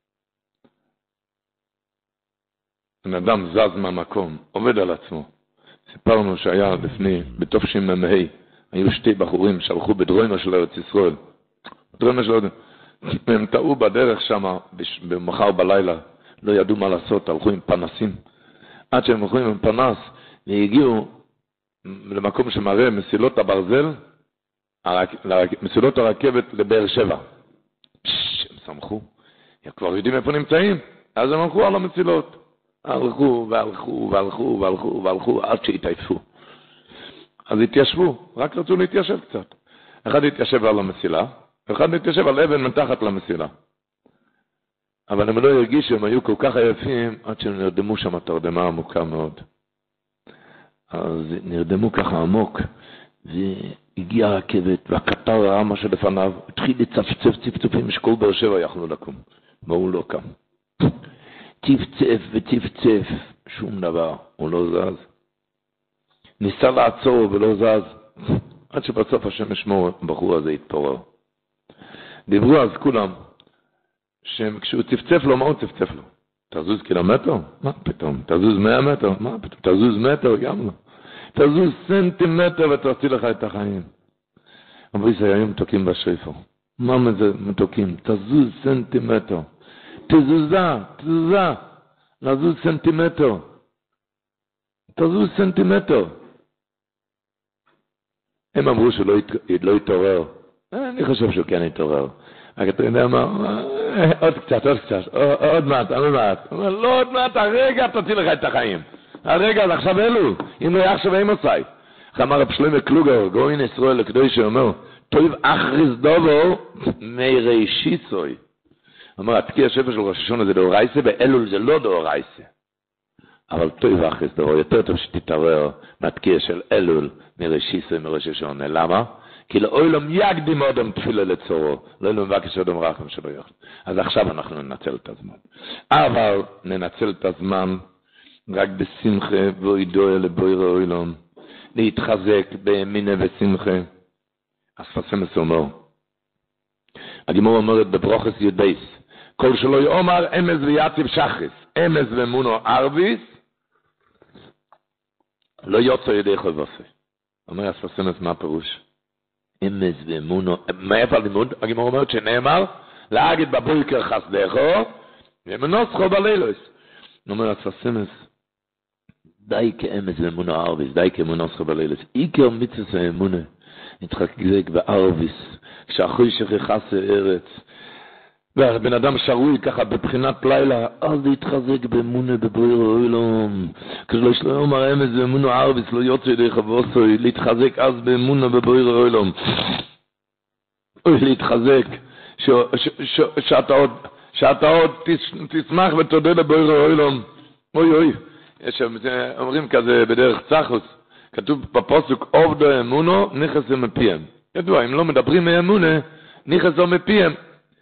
בן אדם זז מהמקום, עובד על עצמו. סיפרנו שהיה לפני, בתופשים ממהי, היו שתי בחורים שהלכו בדרוימה של ארץ ישראל. בדרוימה של ארץ ישראל. והם טעו בדרך שם, במחר בלילה, לא ידעו מה לעשות, הלכו עם פנסים. עד שהם הלכו עם פנס, והגיעו למקום שמראה מסילות הברזל, מסילות הרכבת לבאר שבע. הם שמחו, הם כבר יודעים איפה נמצאים, אז הם הלכו על המסילות. הלכו, עד שהתעייפו. אז התיישבו, רק רצו להתיישב קצת. אחד התיישב על המסילה, ואחד התיישב על אבן מתחת למסילה. אבל הם לא הרגישו, הם היו כל כך עייפים, עד שהם נרדמו שם תרדמה עמוקה מאוד. אז נרדמו ככה עמוק, והגיעה הרכבת, והקטר העמה שלפניו, התחיל לצפצף צפצופים, שכל באר שבע יכלו לקום, והוא לא קם. צפצף, שום דבר, הוא לא זז. ניסה לעצור ולא זז, עד שבסוף השם ישמור, הבחור הזה התפורר. דיברו אז כולם, כשהוא צפצף לו, מה הוא צפצף לו? תזוז קילומטר? מה פתאום? תזוז 100 מטר? מה פתאום? תזוז מטר? גם לא. תזוז סנטימטר ותרצי לך את החיים. אבל זה היום מתוקים בשריפו. מה זה מתוקים? תזוז סנטימטר. תזוזה, לזוז סנטימטר. תזוז סנטימטר. הם אמרו שהוא לא יתעורר. אני חושב שהוא כן יתעורר. רק אתה יודע מה? עוד קצת. עוד מעט. לא עוד מעט, הרגע תוציא לך את החיים. הרגע, זה עכשיו אלו. אם לא היה עכשיו אין מוצאי. אמר רב שלמה קלוגר, גאון ישראל הקדוש, שאומר, טוב אחריס דובר מראשיתוי. אמר, התקיע השפע של ראש השונה זה דאורייסה, ואלול זה לא דאורייסה. אבל טוב אחריס דובר, יותר טוב שתתעורר מהתקיע של אלול מראשיתוי מראש השונה. למה? כי לאוילום יקדים אדם תפילה לצורו, לא מבקש אדם רחם שלא יחד. אז עכשיו אנחנו ננצל את הזמן. אבל ננצל את הזמן רק בשמחה ואידויה לבויר האוילום. להתחזק באמינה ושמחה. אז פסמס אומר, הגימור אומרת בברוכס יודייס, כל שלא יאמר אמז ויציב שחס, אמז ומונו ערביס, לא יוצא ידי חובסי. אומר אז פסמס מה הפירוש? אמז ומונו, מאיפה הלימוד? הגימור אומרת שנאמר, להגיד בבויקר חסדךו, ומנוסחו בלילוס. אומר אז פסמס, די כאמס ואמונה ערביס, די כאמונה עשכה בלילס. עיקר מצווה האמונה נתחזק בערביס, כשאחרי שכחס הארץ, והבן אדם שרוי ככה בבחינת לילה, אז להתחזק באמונה בבויר האוילום. כשלא יאמר אמס ואמונה ערביס, לא יוצא ידי חבוסוי, להתחזק אז באמונה בבויר האוילום. להתחזק, שאתה עוד תשמח ותודה לבויר האוילום. אוי. אומרים כזה בדרך צחוס, כתוב בפסוק עובדו אמונו נכנסו מפיהם. ידוע, אם לא מדברים מאמונה, נכנסו מפיהם.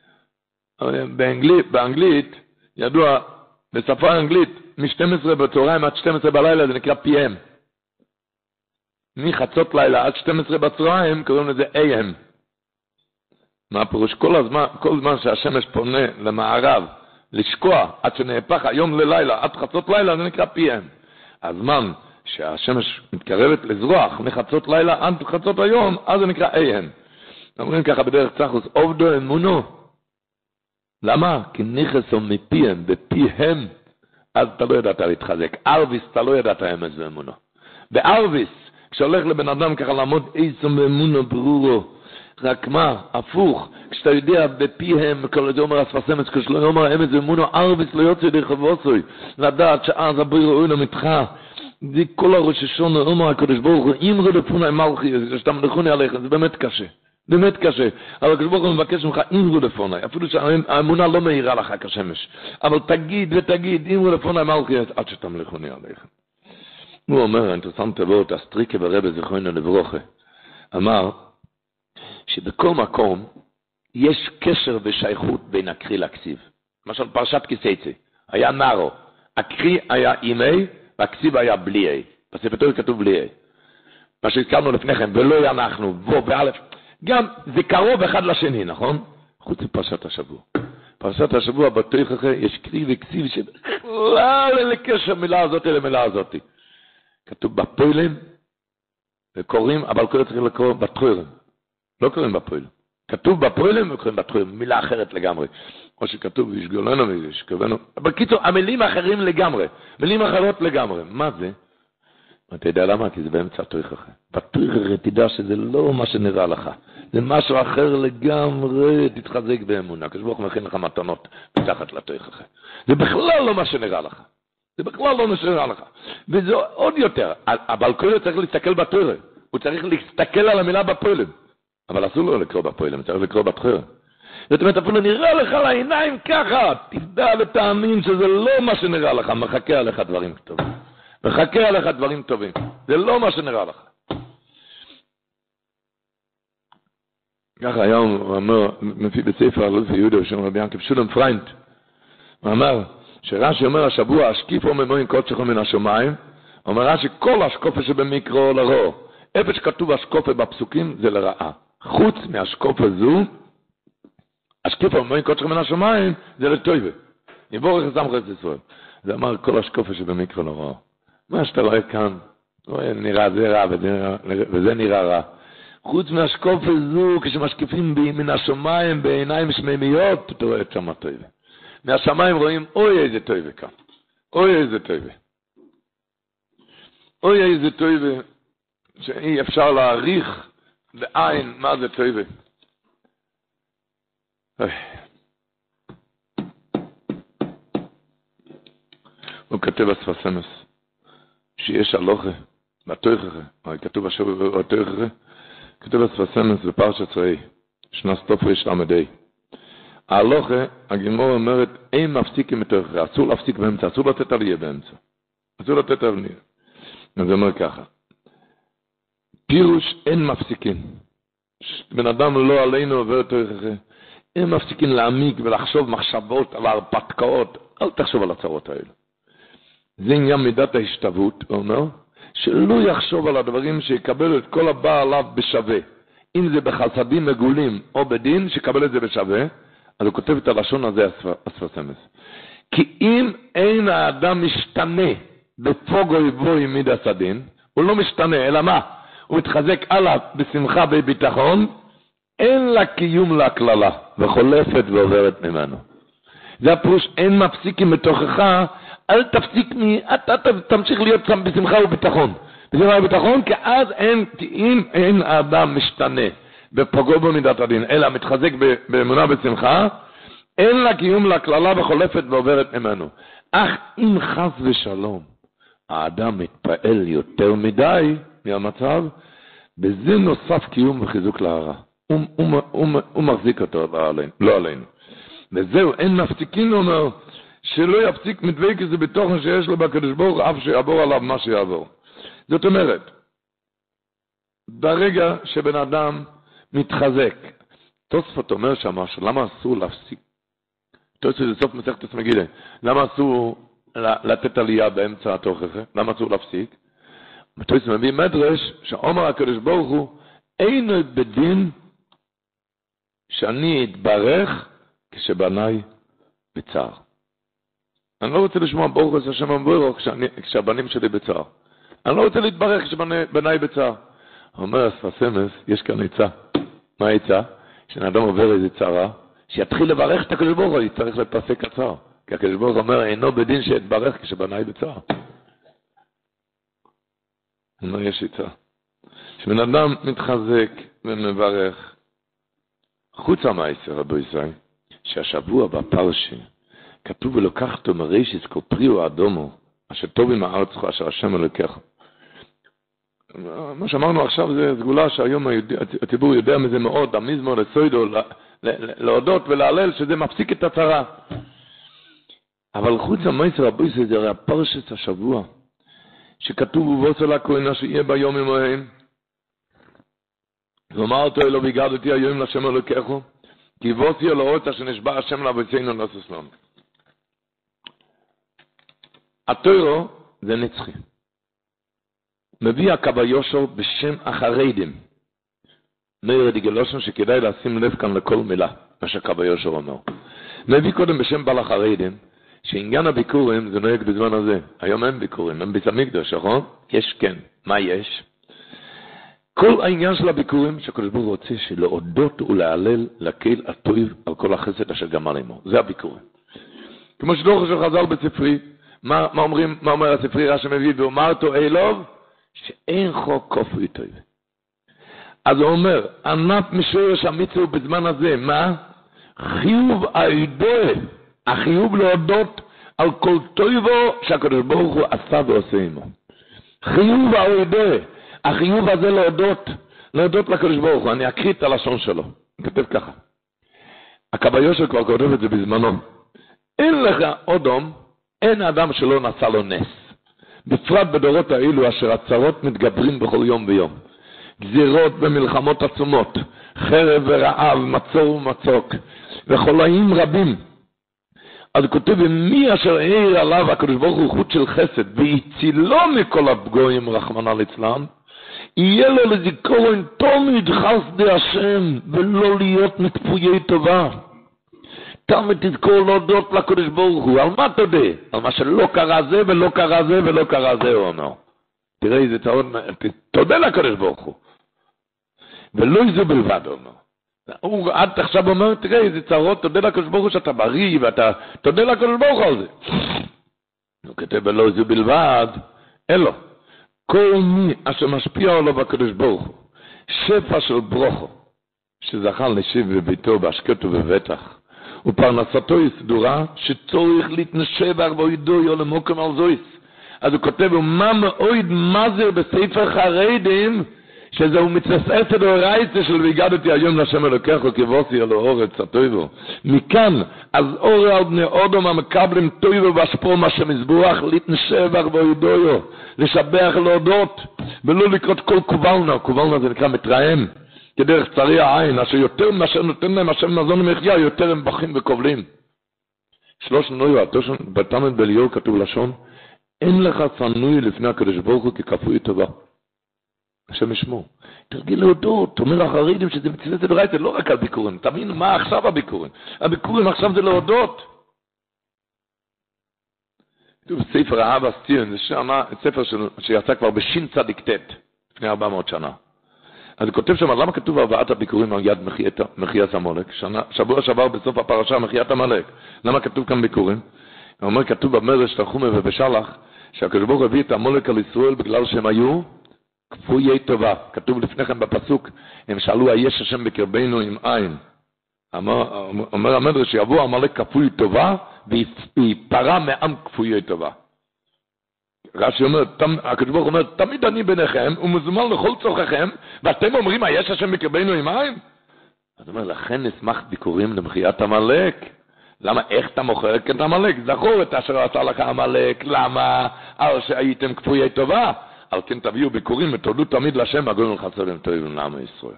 באנגלית, ידוע, בשפה האנגלית, מ-12 בצהריים עד 12 בלילה זה נקרא PM. מחצות לילה עד 12 בצהריים קוראים לזה AM. מה הפירוש? כל זמן שהשמש פונה למערב, לשקוע עד שנהפך היום ללילה, עד חצות לילה, זה נקרא PM. הזמן שהשמש מתקרבת לזרוח מחצות לילה עד חצות היום, אז זה נקרא AM. אומרים ככה בדרך צחוס, עובדו אמונו. למה? כי נכנסו מפיהם, בפיהם, אז אתה לא ידעת להתחזק. ערביס, אתה לא ידעת אמס ואמונו. בערביס, כשהולך לבן אדם ככה לעמוד איסום ואמונו ברורו, רק מה? הפוך. כשאתה יודע בפיהם, כל זה אומר אספסמס, כשלא יאמר אמס ואמונו, ערביס לא יוצא ידי חבוסוי. לדעת שאז הבויר אוהל המתחה. זה כל הראש השונה, אומר הקדוש ברוך הוא, אם רדפוני מלכי, שאתה מלכוני עליך, זה באמת קשה. באמת קשה. אבל הקדוש ברוך הוא מבקש ממך, אם רדפוני, אפילו שהאמונה לא מהירה לך כשמש. אבל תגיד ותגיד, אם רדפוני מלכי, עד שאתה מלכוני עליך. הוא אומר, אינטרסנט תבואות, אסטריקה ורבא זכרונו לברוכה, אמר, שבכל מקום יש קשר ושייכות בין הקריא לכסיב. למשל, פרשת כיסייצי, היה נארו, הקריא היה אימי, והכסיב היה בלי איי. בספר תורה כתוב בלי איי. מה שהזכרנו לפני כן, ולא אנחנו, בו באלף, גם זה קרוב אחד לשני, נכון? חוץ מפרשת השבוע. פרשת השבוע בתויכך יש קריא וכסיב שבכלל אין לקשר מילה הזאת למילה הזאת. כתוב בפוילם, וקוראים, אבל כל צריך לקרוא בתחוירם. לא קוראים בפוילם. כתוב בפוילם וקוראים בתחוירם, מילה אחרת לגמרי. או שכתוב וישגולנו וישכבנו. בקיצור, המילים אחרים לגמרי. מילים אחרות לגמרי. מה זה? אתה יודע למה? כי זה באמצע התויכך. בתויכך תדע שזה לא מה שנראה לך. זה משהו אחר לגמרי. תתחזק באמונה. כשבוך מכין לך מתנות מתחת לתויכך. זה בכלל לא מה שנראה לך. זה בכלל לא נשאר לך. וזה עוד יותר. אבל כל צריך להסתכל בתורה. הוא צריך להסתכל על המילה בפוילם. אבל אסור לו לקרוא בפוילם. צריך לקרוא בתחורה. זאת אומרת, אפילו נראה לך לעיניים ככה. תדע ותאמין שזה לא מה שנראה לך. מחכה עליך דברים טובים. מחכה עליך דברים טובים. זה לא מה שנראה לך. ככה היום הוא אומר, מפי בספר אלוף יהודה של רבי ינקב שולם פריינט. הוא אמר, שרש"י אומר השבוע, השקיפו ממוין קודשכו מן השמיים, אומר רש"י, כל השקופה שבמיקרו לרוע. איפה שכתוב השקופה בפסוקים זה לרעה. חוץ מהשקופה זו, השקיפו ממוין קודשכו מן השמיים זה לטויבה. יבורך סמך את ישראל. זה אמר כל השקופה שבמיקרו לרוע. מה שאתה רואה כאן, נראה זה רע וזה נראה רע. חוץ מהשקופה זו, כשמשקיפים מן השמיים בעיניים שמימיות, אתה רואה את שם הטויבה. מהשמיים רואים, אוי איזה טובה כאן. אוי איזה טובה. אוי איזה טובה, שאי אפשר להעריך בעין מה זה טובה. הוא כתב בספסמס, שיש הלוכה, בתויכחה, כתוב בתויכחה, כתב בספסמס בפרשת צראי, שנה סטופריש למדי. ההלוכה, הגמרא אומרת, אין מפסיקים בתויכחה, אסור להפסיק באמצע, אסור לתת עלייה באמצע. אסור לתת עלייה. אז זה אומר ככה, פירוש אין מפסיקים. בן אדם לא עלינו עובר תויכחה, אין מפסיקים להעמיק ולחשוב מחשבות על ההרפתקאות, אל תחשוב על הצרות האלה. זה עניין מידת ההשתוות, הוא אומר, שלא יחשוב על הדברים שיקבל את כל הבא עליו בשווה. אם זה בחסדים מגולים או בדין, שיקבל את זה בשווה, אז הוא כותב את הלשון הזה, הספסמס. כי אם אין האדם משתנה בפוגוי בוי מידת הדין, הוא לא משתנה, אלא מה? הוא מתחזק עליו בשמחה בביטחון, אין לה קיום להכללה, וחולפת ועוברת ממנו. זה הפירוש, אין מפסיקים בתוכך, אל תפסיק אתה תמשיך להיות שם בשמחה וביטחון. בשמחה וביטחון, כי אז אם אין האדם משתנה בפוגו במידת הדין, אלא מתחזק באמונה בשמחה, אין לה קיום להכללה וחולפת ועוברת ממנו. אך אם חס ושלום, האדם מתפעל יותר מדי מהמצב, בזה נוסף קיום וחיזוק להרע. הוא מחזיק אותו, לא עלינו. וזהו, אין מפסיקים, אומר, שלא יפסיק מדבק זה בתוכן שיש לו בקדוש ברוך אף שיעבור עליו מה שיעבור. זאת אומרת, ברגע שבן אדם מתחזק, תוספות אומר שמה, למה אסור להפסיק? תוספות זה סוף מסכת מגילה. למה אסור לתת עלייה באמצע התוכחה? למה אסור להפסיק? תוספות מביא מדרש, שאומר הקדוש ברוך הוא, אינו בדין שאני אתברך כשבניי בצער. אני לא רוצה לשמוע ברוך את השם המבורך כשהבנים שלי בצער. אני לא רוצה להתברך כשבניי בצער. אומר הספסמס, יש כאן עצה. מה העצה? כשאדם עובר איזה צערה, שיתחיל לברך את הקדוש ברוך הוא, יצטרך לפסק הצער. כי הקדוש ברוך הוא אומר, אינו בדין שיתברך כשבניי בצער. אומר, יש עצה. כשבן אדם מתחזק ומברך, חוץ המעשר רבו ישראל, שהשבוע בפרשה, כתוב ולוקחתו מרישיס כל פריו האדומו, אשר טוב עם הארץ אשר השם אלוקיך. מה שאמרנו עכשיו זה סגולה שהיום הציבור יודע מזה מאוד, המזמור לסוידו, להודות ולהלל שזה מפסיק את הצרה. אבל חוץ המעשר רבו ישראל זה הרי הפרשת השבוע, שכתוב ובוסו לכהן שיהיה ביום עמהם, ואמרתו אלו והגדתי היום לשם אלוקיך, כי בוסי אלוהות אשר נשבע השם לאבותינו לעשות לנו. התורה זה נצחי. מביא הקבא יושר בשם החרדים. מאיר דיגלושן שכדאי לשים לב כאן לכל מילה, מה שקבא יושר אומר. מביא קודם בשם בעל החרדים, שעניין הביקורים זה נוהג בזמן הזה. היום אין ביקורים, אין בית המקדש, נכון? יש כן. מה יש? כל העניין של הביקורים שהקדוש ברוך הוא רוצה שלהודות ולהלל לקהל הטוב על כל החסד אשר גמל עמו. זה הביקורים. כמו שדורך של חז"ל בספרי, מה אומר הספרי רש"י מביא ואומרתו אלוב שאין חוק כופרי טוב. אז הוא אומר, ענף משורש המצווה בזמן הזה, מה? חיוב הידוע, החיוב להודות על כל טובו שהקדוש ברוך הוא עשה ועושה עמו. חיוב הידוע, החיוב הזה להודות לקדוש ברוך הוא. אני אקריא את הלשון שלו. אני כותב ככה. הקבא יושר כבר כותב את זה בזמנו. אין לך אודום, אין אדם שלא נעשה לו נס. בפרט בדורות האלו אשר הצרות מתגברים בכל יום ויום. גזירות במלחמות עצומות, חרב ורעב, מצור ומצוק, וחולאים רבים. אז כותב, מי אשר העיר עליו הקדוש ברוך הוא חוט של חסד, והצילו מכל הפגועים רחמנא ליצלן, יהיה לו לזיכרון תמיד חסדי השם, ולא להיות מתפויי טובה. תמיד תזכור להודות לקדוש ברוך הוא. על מה תודה? על מה שלא קרה זה ולא קרה זה ולא קרה זה, הוא אומר. תראה איזה תודה לקדוש ברוך הוא. ולא איזו בלבד, הוא אומר. הוא עד עכשיו אומר, תראה, איזה צרות, תודה לקדוש ברוך הוא שאתה בריא, ואתה תודה לקדוש ברוך הוא על זה. הוא כתב לו זה בלבד, אלו. כל מי אשר משפיע עליו בקדוש ברוך הוא, שפע של ברוכו, שזכה לשיב בביתו, בהשקטו ובטח, ופרנסתו היא סדורה, שצורך להתנשב ארבעידוי או למוקם על זויס. אז הוא כותב, ומה מאויד מזר בספר חרדים, שזהו מצוות דאורייתא של והגדתי היום להשם אלוקיך וכבוסי על האורץ הטויבו. מכאן, אז אור על בני אודום המקבלים טויבו והשפור מה שמזבוח, להתנשב ארבעידוי, לשבח להודות, ולא לקרות כל קובלנה. קובלנה זה נקרא מתרעם. כדרך צרי העין, אשר יותר מאשר נותן להם השם מזון ומחיה, יותר הם בכים וקובלים. שלוש נויו, בתלמוד באליהו כתוב לשון, אין לך צנוי לפני הקדוש ברוך הוא ככפוי טובה. השם ישמור. תרגיל להודות, אומר החרדים שזה מצוות דאורייתא, לא רק על ביקורים. תבינו מה עכשיו הביקורים. הביקורים עכשיו זה להודות. כתוב ספר אהבה סטירן, זה ספר שיצא כבר בשין צדיק ט' לפני 400 שנה. אז הוא כותב שם, למה כתוב הבאת הביקורים על יד מחיית המולק? שבוע שעבר בסוף הפרשה מחיית המלך. למה כתוב כאן ביקורים? הוא אומר, כתוב במרש תחומה ובשלח, שהקדוש ברוך הוא הביא את המולק על ישראל בגלל שהם היו כפויי טובה. כתוב לפניכם בפסוק, הם שאלו, היש השם בקרבנו עם עין. אומר המדרש, שיבוא המלך כפוי טובה, ויפרע מעם כפויי טובה. רש"י אומר, הקדוש ברוך הוא אומר, תמיד אני ביניכם, ומזומן לכל צורככם, ואתם אומרים, היש השם בקרבנו עם עין? אז הוא אומר, לכן נשמח ביקורים למחיית המלך. למה? איך אתה מוכר את המלך? זכור את אשר עשה לך המלך, למה? על שהייתם כפויי טובה. על כן תביאו ביקורים ותודו תמיד לשם, הגויים לחסרים טובים לעם ישראל.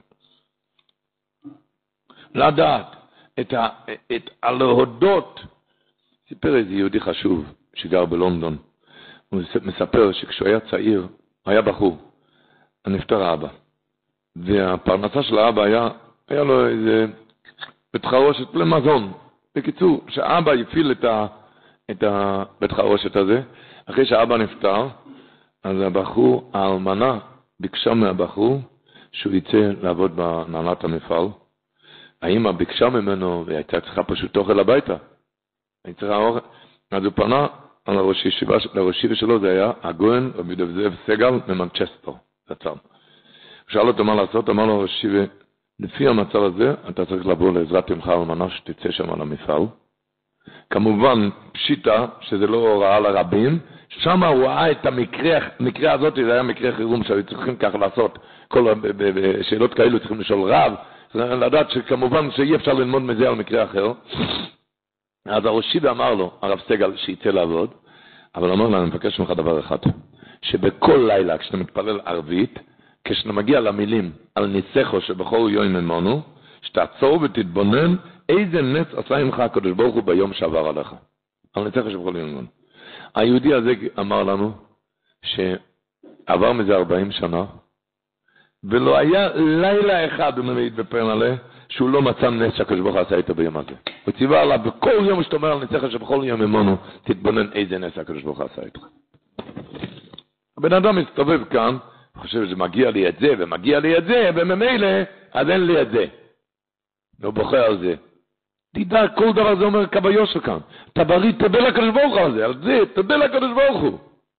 לדעת, על להודות, סיפר איזה יהודי חשוב שגר בלונדון, הוא מספר שכשהוא היה צעיר, היה בחור, נפטר האבא, והפרנסה של האבא היה לו איזה בית חרושת למזון. בקיצור, שהאבא יפיל את הבית חרושת הזה, אחרי שהאבא נפטר, אז הבחור, האלמנה, ביקשה מהבחור שהוא יצא לעבוד בהנהלת המפעל. האמא ביקשה ממנו, והייתה צריכה פשוט אוכל הביתה. אז הוא פנה על הראש ישיבה שלו, זה היה הגויין רבי זאב סגל ממנצ'סטר, זצ"ל. הוא שאל אותו מה לעשות, אמר לו ראש ישיבה, לפי המצב הזה, אתה צריך לבוא לעזרת אמך האלמנה שתצא שם על המפעל. כמובן, פשיטה, שזה לא הוראה לרבים, שם הוא ראה את המקרה הזאת, זה היה מקרה חירום שהיו צריכים כך לעשות, כל שאלות כאלו צריכים לשאול רב, לדעת שכמובן שאי אפשר ללמוד מזה על מקרה אחר. אז הראשי אמר לו, הרב סגל, שיצא לעבוד, אבל אמר לו, אני מבקש ממך דבר אחד, שבכל לילה, כשאתה מתפלל ערבית, כשאתה מגיע למילים על ניצחו שבכל יום ממנו, שתעצור ותתבונן איזה נץ עשה עמך הקדוש ברוך הוא ביום שעבר עליך. על ניצחו שבכל יום ממנו. היהודי הזה אמר לנו שעבר מזה 40 שנה, ולא היה לילה אחד, הוא מביא בפרן עליה, שהוא לא מצא נס שהקדוש ברוך הוא עשה איתו ביום הזה. הוא ציווה עליו, בכל יום שאתה אומר על ניצחו שבכל יום ממנו, תתבונן איזה נס הקדוש ברוך הוא עשה איתו. הבן אדם מסתובב כאן, חושב שמגיע לי את זה, ומגיע לי את זה, וממילא, אז אין לי את זה. לא בוחר על זה. תדע, כל דבר זה אומר כביושר כאן. אתה בריא, תודה לקדוש ברוך הוא על זה, על זה, תודה לקדוש ברוך הוא.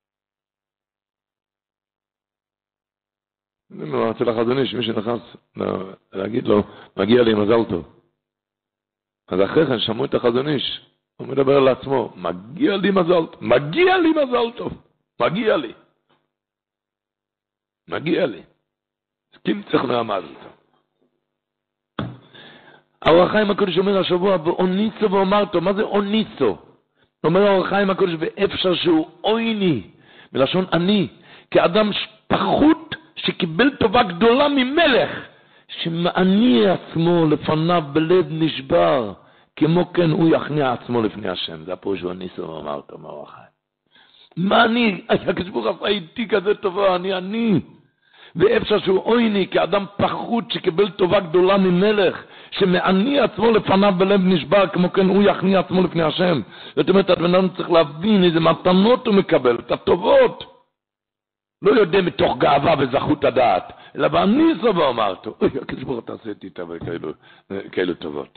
אני רוצה לחזון איש, מי שנכנס להגיד לו, מגיע לי מזל טוב. אז אחרי כן שמעו את החזון איש, הוא מדבר על עצמו, מגיע לי מזל טוב, מגיע לי מזל טוב, מגיע לי. מגיע לי. סכים צריך נעמד אותו. האור החיים הקודש אומר השבוע, ואוניסו ואומרתו, מה זה אוניסו? אומר האור החיים הקודש, ואפשר שהוא אויני, מלשון אני, כאדם פחות שקיבל טובה גדולה ממלך, שמעני עצמו לפניו בלב נשבר, כמו כן הוא יכניע עצמו לפני השם. זה הפירוש ואוניסו ואומרתו, מה האור החיים. מה אני? הקדוש ברוך הוא עשה איתי כזה טובה, אני. ואפשר שהוא אויני כאדם פחות שקיבל טובה גדולה ממלך, שמעני עצמו לפניו בלב נשבר, כמו כן הוא יכניע עצמו לפני השם. זאת אומרת, אדם צריך להבין איזה מתנות הוא מקבל, את הטובות. לא יודע מתוך גאווה וזכות הדעת, אלא בניסו ואמרתו. אוי, הקדוש ברוך הוא תעשה איתי כאלו טובות.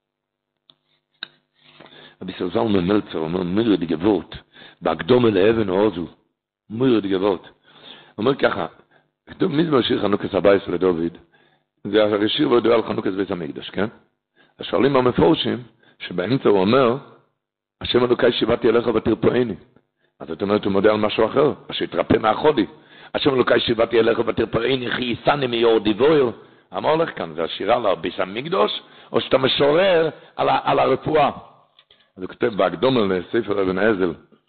רבי זלמן מלצר אומר, מירי דגבות, בהקדומה לאבן עוזו, מירי דגבות. הוא אומר ככה, כתוב מזמור שיר חנוכת הבייס לדוד, זה השיר והודעה על חנוכת בית המקדש, כן? השואלים המפורשים, שבאמצע הוא אומר, השם אלוקי שיבתי אליך ותרפאני. אז זאת אומרת, הוא מודה על משהו אחר, שיתרפא מהחודי. השם אלוקי שיבתי אליך ותרפאני, כי ייסני מיור דיבויר. מה הולך כאן? זה השירה לבית המקדש, או שאתה משורר על הרפואה? אז הוא כותב בהקדומה לספר אבן עזל,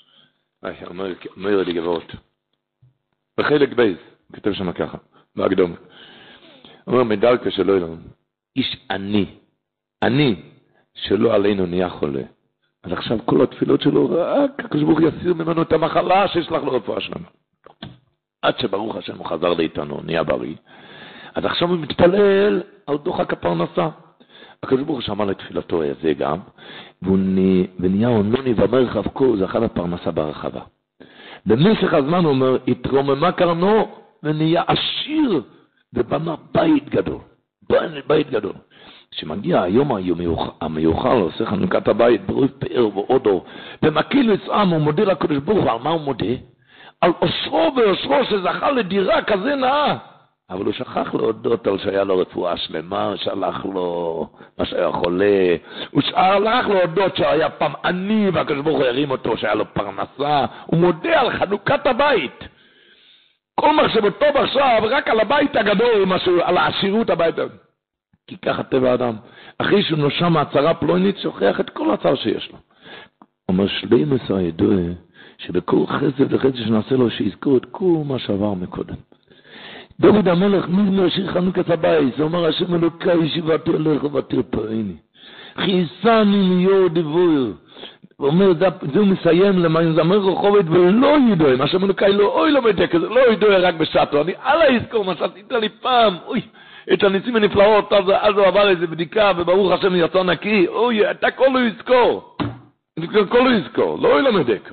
אומר לי גבוהות. בחלק בייס, הוא כותב שם ככה, בהקדומה. הוא אומר, מדרכה שלא ילון, איש אני, שלא עלינו נהיה חולה. אז עכשיו כל התפילות שלו, רק הקדוש ברוך הוא יסיר ממנו את המחלה שישלח לו רפואה שלמה. עד שברוך השם הוא חזר לאיתנו, נהיה בריא. אז עכשיו הוא מתפלל על דוחק הפרנסה. הקדוש ברוך הוא שמע לתפילתו הזה גם, ונהיה עונוני במרחב כה, זכה לפרנסה ברחבה. במשך הזמן הוא אומר, התרוממה קרנו ונהיה עשיר, ובנה בית גדול. כשמגיע היום המיוחל, עושה חנוכת הבית, ברוב פאר ואודו, ומקיל וצעם, הוא מודה לקדוש ברוך הוא, על מה הוא מודה? על אושרו ואושרו שזכה לדירה כזה נאה. אבל הוא שכח להודות על שהיה לו רפואה שלמה, שלח לו מה שהיה חולה, הוא שלח להודות שהיה פעם עני, והקדוש ברוך הוא הרים אותו, שהיה לו פרנסה, הוא מודה על חנוכת הבית. כל מחשבו טוב עכשיו, רק על הבית הגדול, על העשירות הבית. כי ככה טבע האדם. אחרי שהוא נושע מהצרה פלוינית, שוכח את כל הצער שיש לו. אומר שלימס הידוע, שבכל חסד וחסד שנעשה לו, שיזכור את כל מה שעבר מקודם. דוד המלך מזמור שיר חנוכת הבית, זה אומר השם אלוקי שיבתי אליך ותרפאני. חייסני מיור דיבויר. הוא אומר, זה הוא מסיים למזמר רחובות ולא ידוע, מה השם אלוקי לא, אוי לא בדק, לא ידוע רק בשעתו. אני אללה יזכור מה שעשית לי פעם, אוי, את הניסים הנפלאות, אז הוא עבר איזה בדיקה, וברוך השם יצא נקי, אוי, אתה כל לא יזכור. כל לא יזכור, לא אוי לא בדק.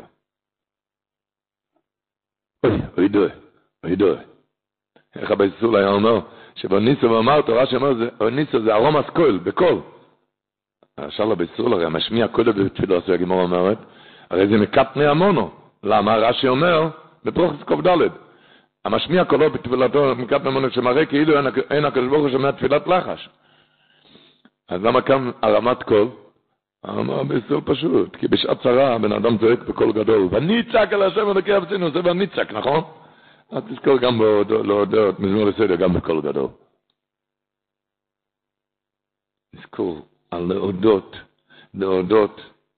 אוי, ידוע. איך הבית סול היה אומר, שבניסו ואמר, תורה שאומר, ניסו זה ארום אסכול, בכל. השאר לבית סול, הרי המשמיע קודם בתפילו, עשו הגימור אומרת, הרי זה מקטני המונו. למה? רש"י אומר, בפרוכס קוף ד' המשמיע קולו בתפילתו, מקטני המונו, שמראה כאילו אין הקדוש ברוך הוא שומע תפילת לחש. אז למה כאן הרמת קול? אמר בסול פשוט, כי בשעת צרה בן אדם צועק בקול גדול, וניצק על השם אלוקי אבותינו, זה וניצק, נכון? אז תזכור גם להודות, מזמור לסדר, גם בקול גדול. תזכור על להודות.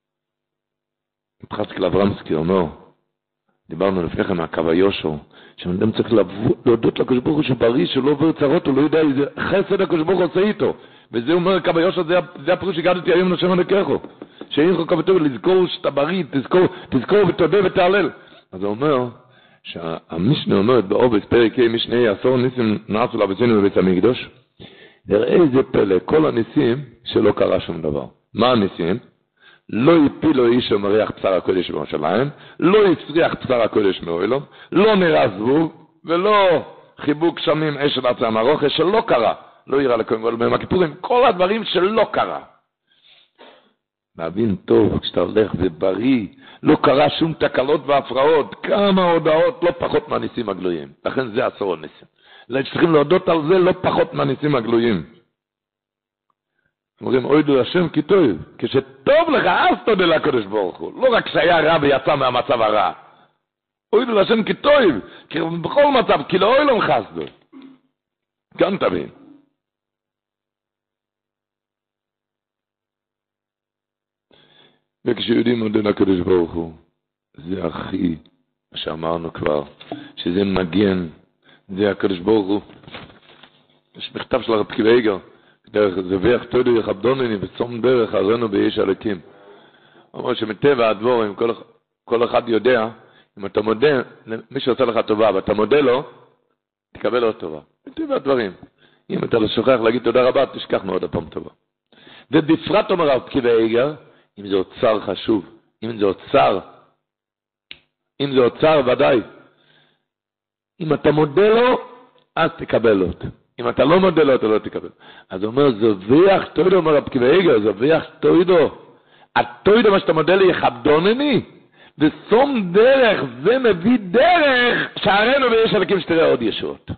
יצחק אברמסקי אומר, דיברנו לפני כן מהקו היושר, שאדם צריך להודות לקדוש ברוך הוא שבריא, שלא עובר צרות, הוא לא יודע איזה חסד הקדוש ברוך הוא עושה איתו. וזה אומר, קו היושר, זה הפירוש שהגעתי היום לשם אלוקיך. שאין לך כבתו לזכור שאתה בריא, תזכור ותודה ותעלל. אז הוא אומר, שהמשנה אומרת בעובד פרק ה' משנה עשור ניסים נעשו לאבותינו בבית המקדש. נראה איזה פלא, כל הניסים שלא קרה שום דבר. מה הניסים? לא הפילו איש ומריח בשר הקודש בירושלים, לא הפריח בשר הקודש מאוילום, לא נראה זבוב, ולא חיבוק שמים אש של עצם הרוחש, שלא קרה. לא יראה לכהן גדול ביום הכיפורים, כל הדברים שלא קרה. להבין טוב, כשאתה הולך ובריא, לא קרה שום תקלות והפרעות, כמה הודעות לא פחות מהניסים הגלויים. לכן זה עשור הניסים. צריכים להודות על זה לא פחות מהניסים הגלויים. אומרים, אוידו השם כי טוב. כשטוב לך, אז תודה לקדוש ברוך הוא. לא רק שהיה רע ויצא מהמצב הרע. אוידו השם כי טוב. כי בכל מצב, כי לא אוי לא מחסדו. כאן תבין. וכשיודעים מודה לקדוש ברוך הוא, זה הכי, מה שאמרנו כבר, שזה מגן, זה הקדוש ברוך הוא. יש מכתב של הרב קוויגר, דרך זבח תודו יכבדונני וצום דרך ערנו ביש הלקים. הוא אומר שמטבע הדבורים, כל אחד יודע, אם אתה מודה, מי שעושה לך טובה, ואתה מודה לו, תקבל עוד טובה. מטבע הדברים. אם אתה לא שוכח להגיד תודה רבה, תשכח מאוד הפעם טובה. ובפרט אומר הרב קוויגר, אם זה אוצר חשוב, אם זה אוצר ודאי. אם אתה מודה לו, אז תקבל אותו. אם אתה לא מודה לו, אתה לא תקבל. אז הוא אומר, זוביח תוידו, אומר רב עקיבא איגר, זוביח תוידו. התוידו מה שאתה מודה לי יכבדונני, ושום דרך, זה מביא דרך, שערנו ויש אלוקים שתראה עוד ישועות.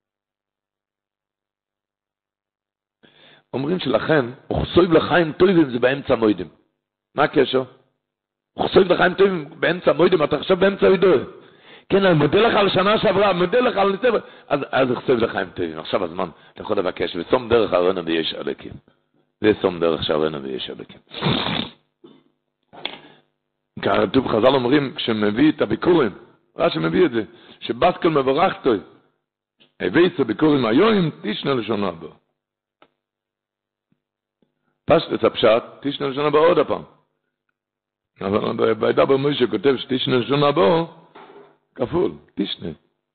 אומרים שלכן, וכסויב לחיים טובים זה באמצע מוידים. מה הקשר? וכסויב לחיים טובים באמצע מוידים, אתה עכשיו באמצע ידוע. כן, אני מודה לך על שנה שעברה, מודה לך על ניסה, אז וכסויב לחיים טובים. עכשיו הזמן, אתה יכול לבקש, ושום דרך שערנו ויש אלוקים. זה שום דרך שערנו ויש אלוקים. כתוב חז"ל אומרים, כשמביא את הביקורים, רש"י מביא את זה, שבסקל מברך טוב, הביא את הביקורים היום, תשנה לשונה הבא. פשט הפשט, תשנה לשונה הבא עוד הפעם. אבל בעדה במוישה כותב שתשנה לשונה הבא, כפול, תשנה.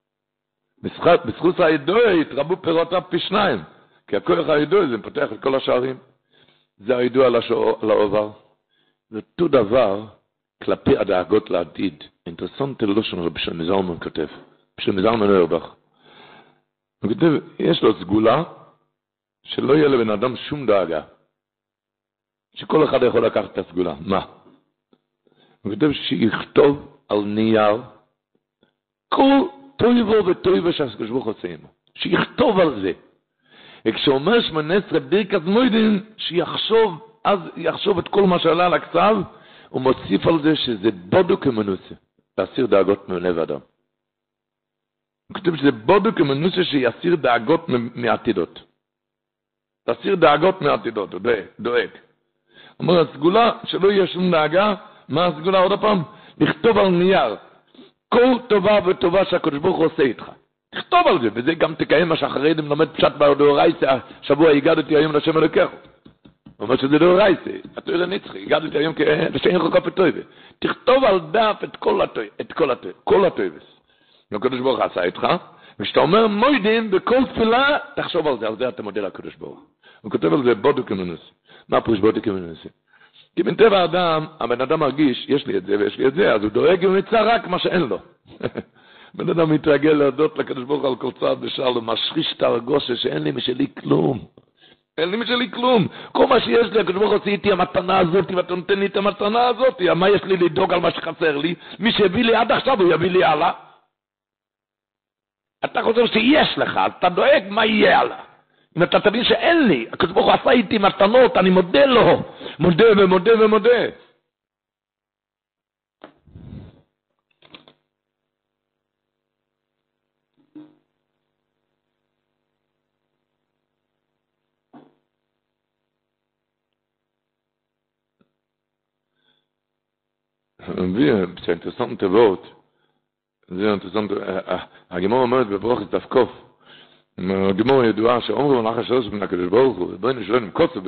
בזכות הידוע התרבו פירותיו פי שניים, כי הכוח הידוע זה פותח את כל השערים. זה הידוע לעובר. זה אותו דבר, כלפי הדאגות לעתיד. אינטרסנט לושן רבי שלמה זלמן כותב. שלמה זלמן אוירבך. הוא כותב, יש לו סגולה, שלא יהיה לבן אדם שום דאגה. שכל אחד יכול לקחת את הסגולה. מה? הוא כותב שיכתוב על נייר, כל טויבו וטויבו שהקדוש ברוך הוא עושה עמו. שיכתוב על זה. וכשאומר 18 ברכת מוידין, שיחשוב, אז יחשוב את כל מה שעלה על הכתב, הוא מוסיף על זה שזה בודו כמנוסה, להסיר דאגות מלב אדם. הוא כותב שזה בודו כמנוסה שיסיר דאגות מעתידות. להסיר דאגות מעתידות, הוא דואג. הוא אומר, הסגולה שלא יהיה שום דאגה, מה הסגולה עוד הפעם? לכתוב על נייר, כל טובה וטובה שהקדוש ברוך הוא עושה איתך. תכתוב על זה, וזה גם תקיים מה שאחרי דם לומד פשט בדאורייתא, השבוע הגדתי היום לשם אלוקיך. הוא אומר שזה דאורייתא, התורה נצחי, הגדתי היום לשם חוקה פטויבה. תכתוב על דף את כל הטויבס. הקדוש ברוך עשה איתך, וכשאתה אומר מוידין, בכל תפילה, תחשוב על זה, על זה אתה מודה לקדוש ברוך. הוא כותב על זה בודו כמנוס. מה פירוש בודו כמנוס? כי בטבע האדם, הבן אדם מרגיש, יש לי את זה ויש לי את זה, אז הוא דואג ומצא רק מה שאין לו. בן אדם מתרגל להודות לקדוש ברוך על כל צעד בשלום, משחיש את הרגושה שאין לי משלי כלום. אין לי משלי כלום. כל מה שיש לי, הקדוש ברוך עושה איתי המתנה הזאת, ואתה נותן לי את המתנה הזאת, מה יש לי לדאוג על מה שחסר לי? מי שהביא לי עד עכשיו, הוא יביא לי הלאה. אתה חושב שיש לך, אז אתה דואג מה יהיה הלאה. אם אתה תבין שאין לי, הקדוש ברוך הוא עשה איתי מתנות, אני מודה לו. מודה ומודה ומודה. זה אינטרסנט תבות, זה אינטרסנט, הגמור אומרת בברוכת תפקוף, הגמור ידועה שאומרו נחש שלוש מן הקדוש ברוך הוא, בואי נשלם קוצו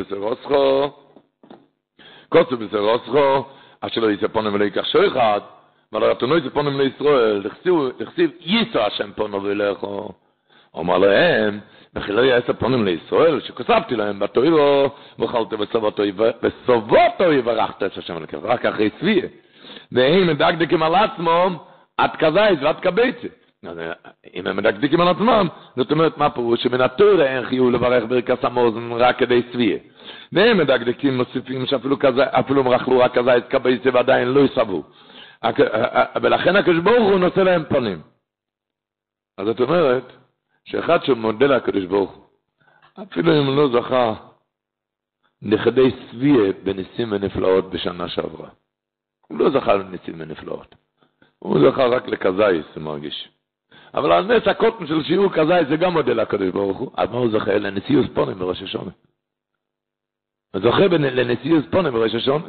בסרוסכו, אשר לא יספונם ולא ייקח שו אחד, אבל הרתונו יספונם לישראל, תכסיב ייסו השם פונו ולכו, אומר להם, וכי לא יספונם לישראל, שכוספתי להם בתוירו, וחלת בסובותו יברכת את השם ולכו, רק אחרי צביה. והם מדקדקים על עצמם, עד כזייס ועד כביצה. אם הם מדקדקים על עצמם, זאת אומרת מה פירוש? שמן התורה אין חיוב לברך ברכת המאזן רק כדי צביה. והם מדקדקים מוסיפים שאפילו הם רחלו רק כזייס כביצה ועדיין לא יסבו. ולכן הקדוש ברוך הוא נושא להם פנים. אז זאת אומרת, שאחד שמודה לקדוש ברוך הוא, אפילו אם לא זכה נכדי צביה בניסים ונפלאות בשנה שעברה. הוא לא זכה לניסים ונפלאות. הוא זכה רק לכזייס, הוא מרגיש. אבל על נס הקוטן של שיעור כזייס זה גם מודל הקדוש ברוך הוא. אז מה הוא זכה? לנשיאוס פונים בראש השונה. הוא זכה לנשיאוס פונים בראש השונה.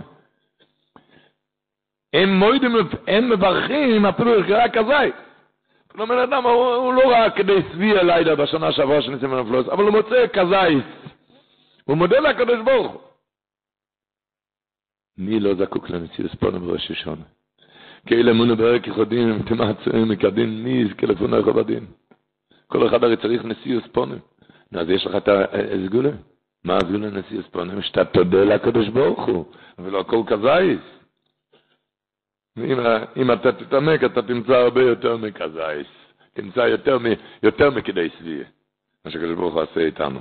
הם מברכים אפילו רק כזייס. כלומר, אדם הוא לא רק כדי צבי הלילה בשנה שעברה של ניסים ונפלאות, אבל הוא מוצא כזייס. הוא מודל הקדוש ברוך הוא. מי לא זקוק לנשיאוס פונים בראש השונה? כאלה מונו ברק יחודים, תמצאים מקדין, מי יזכה לפונה יחובדין. כל אחד הרי צריך נשיאוס פונים. אז יש לך את הסגולה. מה הסגולה נשיאוס פונים? שאתה תודה לקדוש ברוך הוא, ולא הכל כזייס. אם אתה תתעמק, אתה תמצא הרבה יותר מכזייס. תמצא יותר מכדי סביעה. מה שקדוש ברוך הוא עשה איתנו.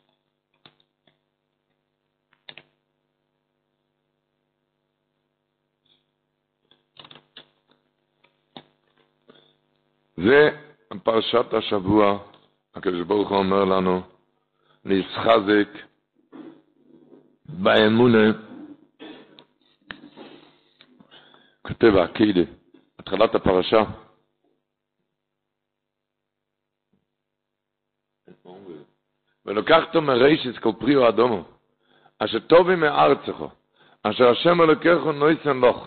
זה פרשת השבוע, הקדוש ברוך הוא אומר לנו, להתחזק באמונה, כותב העקדה, התחלת הפרשה. ולוקחתו מרישס כל פריו אדומו, אשר טובי מארצך, אשר השם אלוקיך נויסן לך.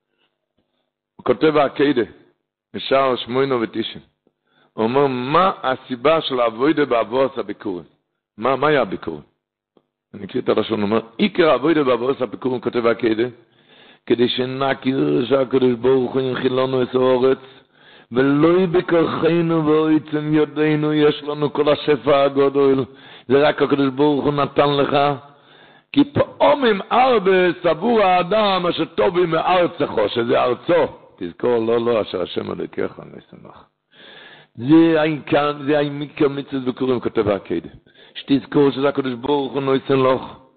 הוא כותב העקדה, בשער 89. הוא אומר, מה הסיבה של העבודה בעבודת הביקורים? מה היה הביקורים? אני אקריא את הלשון, הוא אומר, עיקר העבודה בעבודת הביקורים, כותב העקדה, כדי שנכיר שהקדוש ברוך הוא הנחיל לנו את הארץ, ולא בכוחנו ועצם ידינו יש לנו כל השפע הגדול, זה רק הקדוש ברוך הוא נתן לך, כי פעמים הרבה סבור האדם אשר טובים מארצך, שזה ארצו, תזכור, לא, אשר השם אלוקיך נשמח. זה העיקר מצוות ביקורים, כותב העקדה, שתזכור שזה הקדוש ברוך הוא נושן לך,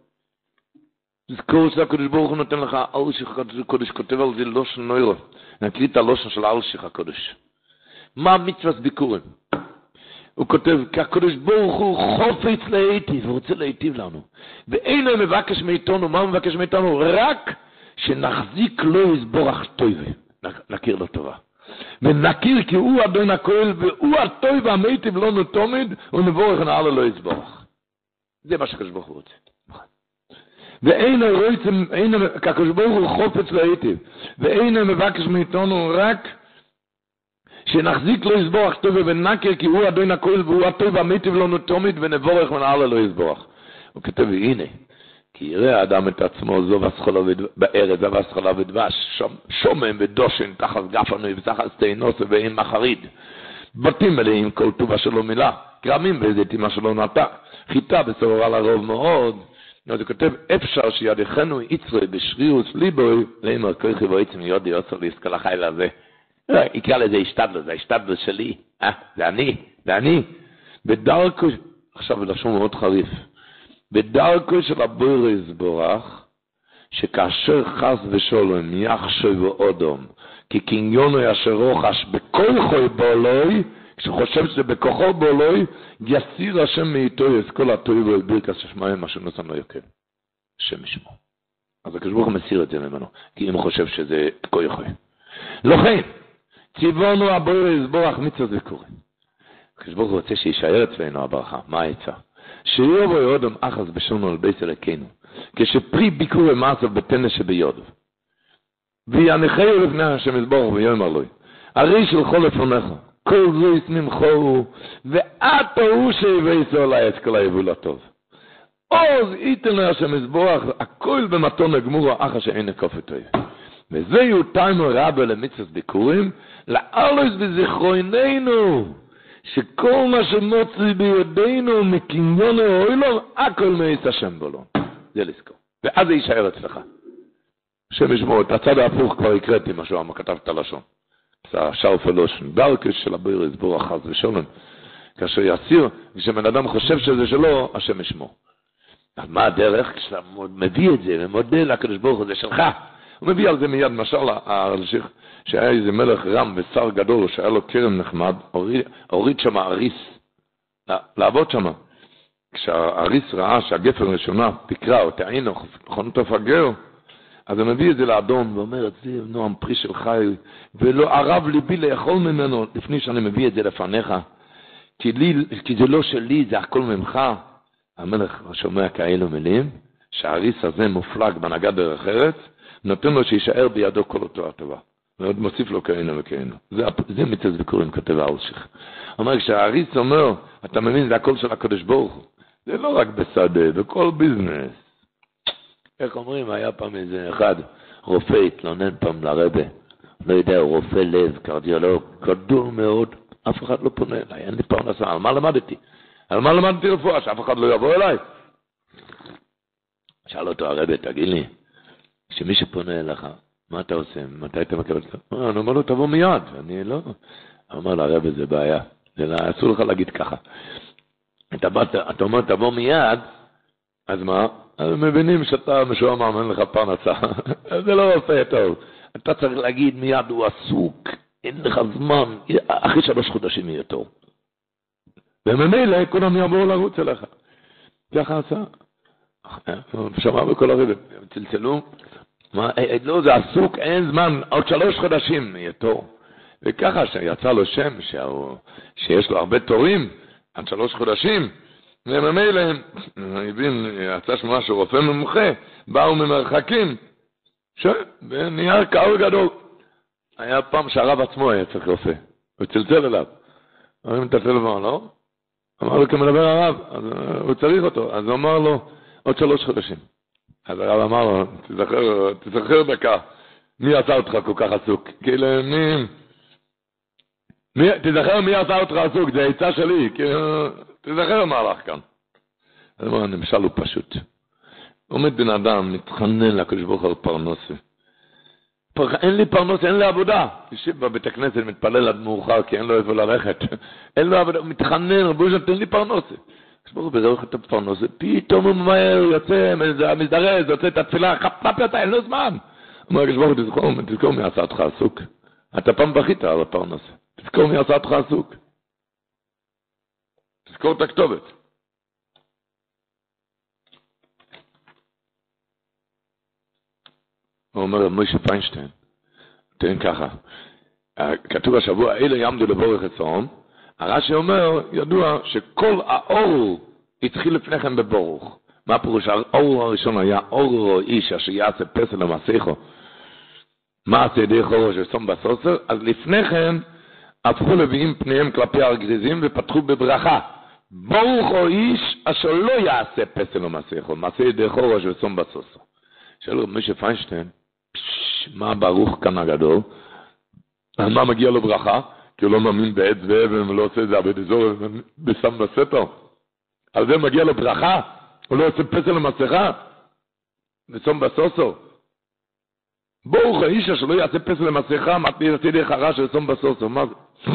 תזכור שהקדוש ברוך הוא נותן לך אלשיך הקדוש, כותב על זה לושן נוירו, נקריא את הלושן של אלשיך הקדוש. מה מצוות ביקורים? הוא כותב, כי הקדוש ברוך הוא חופץ להיטיב, הוא רוצה להיטיב לנו. ואין הוא מבקש מאיתנו, מה הוא מבקש מאיתנו? רק שנחזיק לו יסבורך טובה, נכיר לו טובה. ונכיר כי הוא אדון הכל, והוא הטוב והמיטיב לנו תמיד, ונבורך נעלה לו יסבורך. זה מה שהקדוש ברוך הוא רוצה. ואין הרויצם, כקדוש ברוך הוא חופץ להיטיב, ואין מבקש מאיתנו רק שנחזיק לו יסבורך טוב ונכיר כי הוא אדון הכל והוא הטוב והמיטיב לנו תמיד ונבורך ונעלה לו יסבורך. הוא כתב, הנה, כי יראה האדם את עצמו זו וסחולה בארץ, זו וסחולה ודבש, שומם ודושן, תחת גפנו ותחת סטיינות ואין מחריד. בתים מלאים כל טובה שלו מילה, קרמים וזיתים מה שלא נטע, חיטה בסוררה לרוב מאוד. אז הוא כותב, אפשר שידיכנו יצרי בשרירוס ליבוי, לאמר כוחי ועצם יודי עוצר להסכל החיל הזה. יקרא לזה השתדלו, זה השתדלו שלי. זה אני. בדרכו, עכשיו בלשון מאוד חריף, בדרכו של הבורא יסבורך, שכאשר חס ושלום יחשב אודום, כי קניונו אשר רוחש בכל חוי בולוי, כשחושב שזה בכוחו בולוי, יסיר השם מאיתו את כל הטוב וברכת השמיים, מה שנוסן לא יקל. השם ישמו. אז הקדוש ברוך הוא מסיר את זה ממנו, כי אם הוא חושב שזה כוחו. לכן, ציוונו הבורא יסבורך מצוות ביקורים. הקדוש ברוך הוא רוצה שישאר אצלנו הברכה. מה העצה? שיבוא אדם אחז בשונו על בית אלוקינו, כשפרי ביקורי מעשיו בתנא שביודו. ויניחהו לפני השם יסבורך ויאמר לו, הרי שלך לפניך, כל זה ישמחו, ואתה הוא שיבייסו עלי את כל היבול הטוב. עוז ייתן לו השם יסבורך, הכל במתון הגמור האחר שאין הקופת טוב. וזהו טיימו רבה למצוות ביקורים, לאלוס בזיכרוננו, שכל מה שמוציא בידינו מקניון האוילום, הכל מעיס השם בולון. זה לזכור. ואז זה יישאר אצלך. השם ישמור, את הצד ההפוך כבר הקראתי משהו, מה כתב את הלשון. זה השאוף הלושן. דרכש של הבויר יסבור אחז ושולם. כאשר יסיר, כשבן אדם חושב שזה שלו, השם ישמור. אז מה הדרך? כשאתה מביא את זה ומודה לקדוש ברוך הוא, זה שלך. הוא מביא על זה מיד, משל הרשיך, שהיה איזה מלך רם ושר גדול, שהיה לו כרם נחמד, הוריד שם אריס, לעבוד שם. כשהאריס ראה שהגפן ראשונה פיקרה או תעינו, נכונות הפגר, אז הוא מביא את זה לאדון, ואומר, זה נועם פרי של חי, ולא ערב ליבי לאכול ממנו, לפני שאני מביא את זה לפניך, כי זה לא שלי, זה הכל ממך. המלך שומע כאלו מילים, שהאריס הזה מופלג בהנהגת דרך ארץ, נותן לו שישאר בידו כל אותו הטובה. ועוד מוסיף לו כאינו וכאינו. זה מצוות ביקורים, כותב אלשיך. אומר, כשהאריס אומר, אתה מבין, זה הכל של הקדוש ברוך הוא. זה לא רק בשדה, בכל ביזנס. איך אומרים, היה פעם איזה אחד, רופא התלונן פעם לרבה, לא יודע, רופא לב, קרדיולוג, גדול מאוד, אף אחד לא פונה אליי, אין לי פרנסה, על מה למדתי? על מה למדתי רפואה, שאף אחד לא יבוא אליי? שאל אותו הרבה, תגיד לי, שמי שפונה אליך, מה אתה עושה? מתי אתה מקבל? אני אומר לו, תבוא מיד. אני לא, אמר לרב, זה בעיה. אסור לך להגיד ככה. אתה אומר, תבוא מיד, אז מה? אז מבינים שאתה משועמם, אין לך פרנסה. זה לא עושה טוב. אתה צריך להגיד מיד, הוא עסוק, אין לך זמן, אחרי 3 חודשים יהיה טוב. וממילא כולם יבואו לרוץ אליך. ככה עשה. שמע בכל הרב, צלצלו. לא, זה עסוק, אין זמן, עוד 3 חודשים יהיה טוב. וככה שיצא לו שם, שיש לו הרבה תורים, עד 3 חודשים, וממילא, הבין, יצא שמה שרופא ממוחה, באו ממרחקים, ונהיה קהל גדול. היה פעם שהרב עצמו היה צריך רופא, הוא צלצל אליו. אמרים את הטלפון, לא? אמר לו, כמדבר הרב, אז הוא צריך אותו, אז הוא אמר לו, עוד 3 חודשים. אז הרב אמר לו, תזכר דקה, מי עשה אותך כל כך עסוק? כאילו, תזכר מי עשה אותך עסוק, זה העצה שלי, תזכר מה הלך כאן. אז אמר, הנמשל הוא פשוט. עומד בן אדם, מתחנן לקדוש ברוך הוא פרנסה. אין לי פרנסה, אין לי עבודה. תשב בבית הכנסת, מתפלל עד מאוחר, כי אין לו איפה ללכת. אין לו עבודה, הוא מתחנן, רבו שם, תן לי פרנסה. ברוך הוא בזה הולך את הפרנסה, פתאום הוא מהר, יוצא, מזדרז, יוצא את התפילה, חפפי אותה, אין לו זמן. הוא אומר, ברוך הוא, תזכור מי עשה אותך עסוק. אתה פעם בכית על הפרנסה. תזכור מי עשה אותך עסוק. תזכור את הכתובת. הוא אומר, מוישה פיינשטיין, תן ככה, כתוב השבוע, אלה יעמדו לבורך אצלם, הרש"י אומר, ידוע שכל האור התחיל לפניכם בבורוך. מה פירוש? האור הראשון היה אור איש אשר יעשה פסל למסכו, מעשה ידי חורו ששום בסוסר, אז לפניכם הפכו לביאים פניהם כלפי הגריזים ופתחו בברכה. ברוך הוא איש אשר לא יעשה פסל למסכו, מעשה ידי חורו ששום בסוסר. שאלו רב משה פיינשטיין, מה ברוך כאן הגדול? מה מגיע לו ברכה? כי הוא לא מאמין בעץ ואבן ולא עושה את זה עבד אזור בסם בסתר. על זה מגיע לו ברכה? הוא לא עושה פסל למסכה? ושום בסוסו. ברוך האיש אשר לא יעשה פסל למסכה, מעשה ידי חורו ששום בסוסו. מה זה?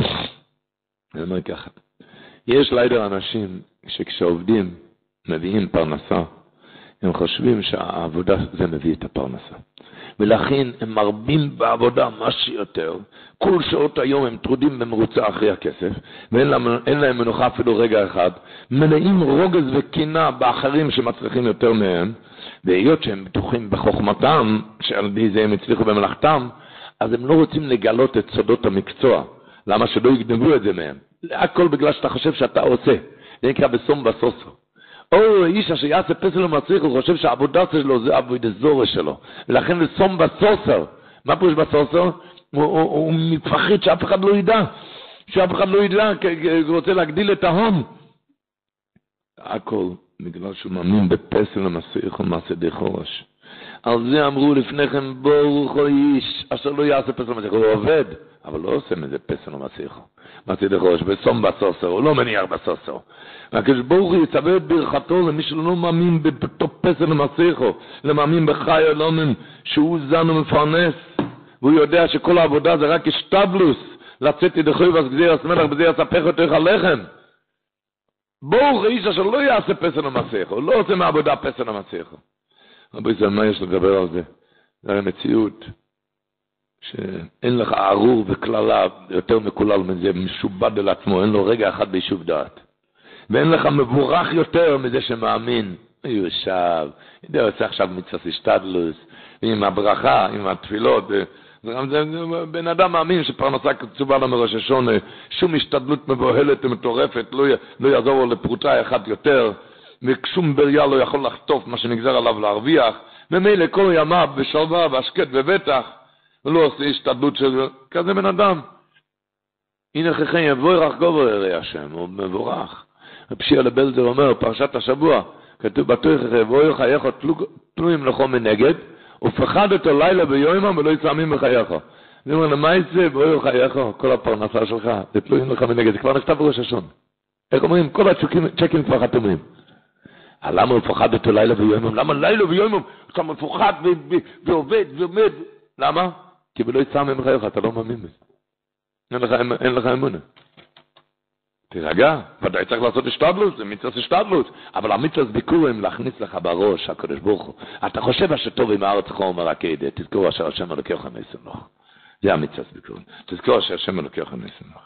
אני אומר ככה. יש לידר אנשים שכשעובדים מביאים פרנסה, הם חושבים שהעבודה זה מביא את הפרנסה. ולכן הם מרבים בעבודה מה שיותר. כל שעות היום הם טרודים במרוצה אחרי הכסף, ואין להם מנוחה אפילו רגע אחד. מלאים רוגז וקינה באחרים שמצליחים יותר מהם, והיות שהם בטוחים בחוכמתם, שעל ידי זה הם הצליחו במלאכתם, אז הם לא רוצים לגלות את סודות המקצוע. למה שלא יגנבו את זה מהם? הכל בגלל שאתה חושב שאתה עושה. זה נקרא בסום בסוסו. או איש אשר יעשה פסל ומצריך, הוא חושב שהעבודה שלו זה עבודה זורה שלו. ולכן לסום בסוסר. מה פירוש בסוסר? הוא מפחד שאף אחד לא ידע. שאף אחד לא ידע, כי הוא רוצה להגדיל את ההון. הכל בגלל שהוא מאמין בפסל ומצריך ומעשה די חורש. על זה אמרו לפניכם, ברוך הוא איש אשר לא יעשה פסל ומצריך. הוא עובד, אבל לא עושה מזה פסל ומצריך. מעשה די חורש, בסום בסוסר, הוא לא מניח בסוסר. הקדוש ברוך הוא יצווה את ברכתו למי שלא מאמין בתוך פסל למסכו, למאמין בחי עולמים שהוא זן ומפרנס, והוא יודע שכל העבודה זה רק השתבלוס, לצאת ידי חויבס גזירס מלך בזה יספך אותך הלחם. ברוך איש אשר לא יעשה פסל למסכו, לא עושה מעבודה פסל למסכו. רבי זה מה יש לדבר על זה? זה המציאות שאין לך ערור וכללה יותר מקולל מזה, משובד אל עצמו, אין לו רגע אחד בישוב דעת. ואין לך מבורך יותר מזה שמאמין. יושב, יודע, עושה עכשיו מצוות השתדלוס, עם הברכה, עם התפילות. זה בן אדם מאמין שפרנסה קצובה לו מראש השונה, שום השתדלות מבוהלת ומטורפת, לא יעזור לו לפרוטה אחת יותר, ושום בריה לא יכול לחטוף מה שנגזר עליו להרוויח, ומילא כל ימיו בשלווה והשקט ובטח, ולא עושה השתדלות של כזה בן אדם. הנה חכם יבורך גובר יראה השם, הוא מבורך. הפשיע לבלזר אומר, פרשת השבוע, כתוב בתוך רבוי חייך תלויים לכו מנגד, ופחד אותו לילה ביומם ולא יצעמים בחייך. זה אומר, למה יצא בואי חייך, כל הפרנסה שלך, זה תלויים לך מנגד, זה כבר נכתב בראש השון. איך אומרים? כל הצ'קים כבר חתומים. למה הוא פחד אותו לילה ביומם? למה לילה ביומם? אתה מפוחד ועובד ועומד. למה? כי ולא יצעמים בחייך, אתה לא מאמין בזה. אין לך אמונה. תירגע, ודאי צריך לעשות השתדלות, זה מצוות השתדלות, אבל המצוות ביקורים להכניס לך בראש, הקדוש ברוך הוא. אתה חושב שטוב עם הארץ חום הרקדה, תזכור אשר השם אלוקיך נשמח. זה המצוות ביקורים. תזכור אשר השם אלוקיך נשמח.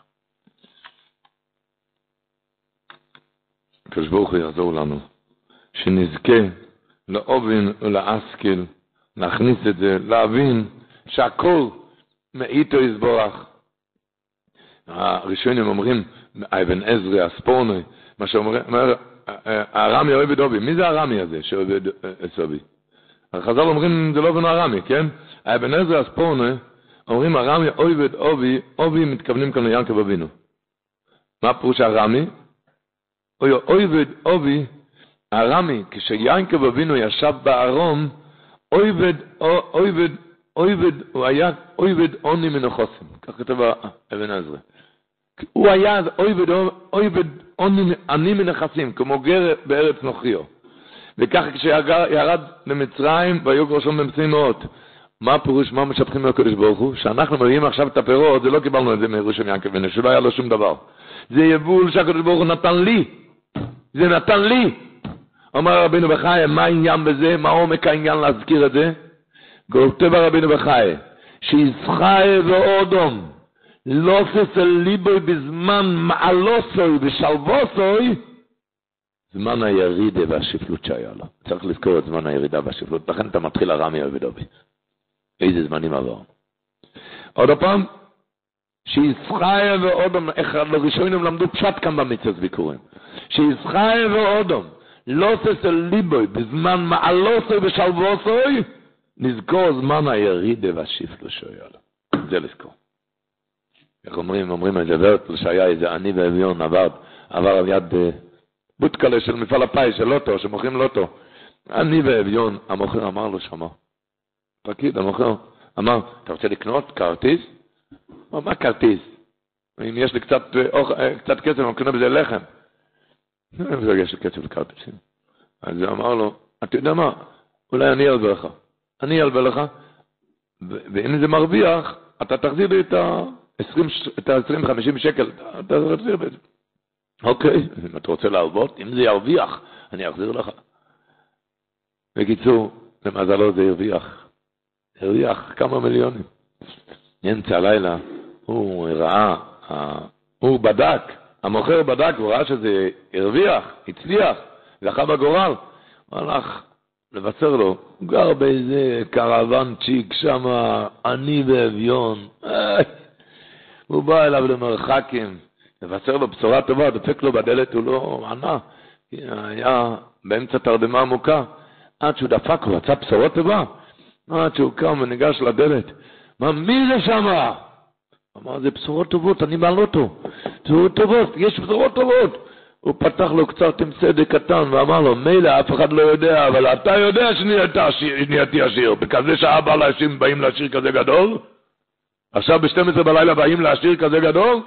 הקדוש ברוך הוא יעזור לנו, שנזכה להבין ולהשכיל, להכניס את זה, להבין שהכל מאיתו יסבורך. הראשונים אומרים, אבן עזרא, הספורני, מה שאומר, הרמי אוהב אובי. מי זה הרמי הזה שאוהב אובי? החז"ל אומרים, זה לא בנו הרמי, כן? אבן עזרא, הספורני, אומרים, הרמי אוהב אובי, אובי מתכוונים כאן ליעקב אבינו. מה פירוש הרמי? אוהב אובי, הרמי, כשיעקב אבינו ישב בארון, הוא היה אויבד עוני מנחוסים, כך כתב אבן עזרא. הוא היה אויבד עני מנחסים, כמו גר בארץ נוכריו. וככה כשירד למצרים, והיו גרושון במשימות. מה פירוש, מה משבחים מהקדוש ברוך הוא? שאנחנו מביאים עכשיו את הפירות, זה לא קיבלנו את זה מירושלים יעקב אבינו, שלא היה לו שום דבר. זה יבול שהקדוש ברוך הוא נתן לי. זה נתן לי. אומר רבינו בחיי, מה העניין בזה? מה עומק העניין להזכיר את זה? כותב רבינו בחיי, שישחי ואודום, לא ססל ליבוי בזמן מעלוסוי ושלבוסוי, זמן הירידה והשפלות שהיה לו. צריך לזכור את זמן הירידה והשפלות. לכן אתה מתחיל הרמי אוהב. איזה זמנים עבר. עוד פעם, שישחי ואודום, איך לראשונים למדו פשט כאן במצוות ביקורים. שישחי ואודום, לא ססל ליבוי בזמן מעלוסוי ושלבוסוי, נזכור זמן הירידה והשפלות שהיה לו. זה לזכור. איך אומרים את זה ורת, שהיה איזה עני ואביון עבר על יד בוטקלה של מפעל הפאי של לוטו, שמוכרים לוטו. עני ואביון, המוכר אמר לו שמה. פקיד, המוכר אמר, אתה רוצה לקנות כרטיס? מה כרטיס? אם יש לי קצת כסף, אני קונה בזה לחם. יש לי כסף לכרטיסים. אז הוא אמר לו, אתה יודע מה? אולי אני אלווה לך. אני אלווה לך, ואם זה מרוויח, אתה תחזיר לי את ה-20-50 שקל, אתה תחזיר לי. אוקיי, אם אתה רוצה להלוות, אם זה ירוויח, אני אחזיר לך. בקיצור, למזלו זה הרוויח כמה מיליונים. באמצע הלילה, הוא ראה, הוא בדק, המוכר בדק, הוא ראה שזה הרוויח, הצליח, זכה בגורל, הוא הלך לבשר לו, הוא גר באיזה קרוונצ'יק שם, עני ואביון, הוא בא אליו למרחקים, לבשר לו בשורה טובה, דופק לו בדלת, הוא לא ענה, היה באמצע תרדמה עמוקה, עד שהוא דפק, הוא רצה בשורות טובה, עד שהוא קם וניגש לדלת, מי זה שם? אמר, זה בשורות טובות, אני מעל אותו, בשורות טובות, יש בשורות טובות. הוא פתח לו קצת עם צדק קטן ואמר לו, מילא, אף אחד לא יודע, אבל אתה יודע שנהייתי עשיר. בכזה שעה באים להשאיר כזה גדול? עכשיו ב-12 בלילה באים להשאיר כזה גדול?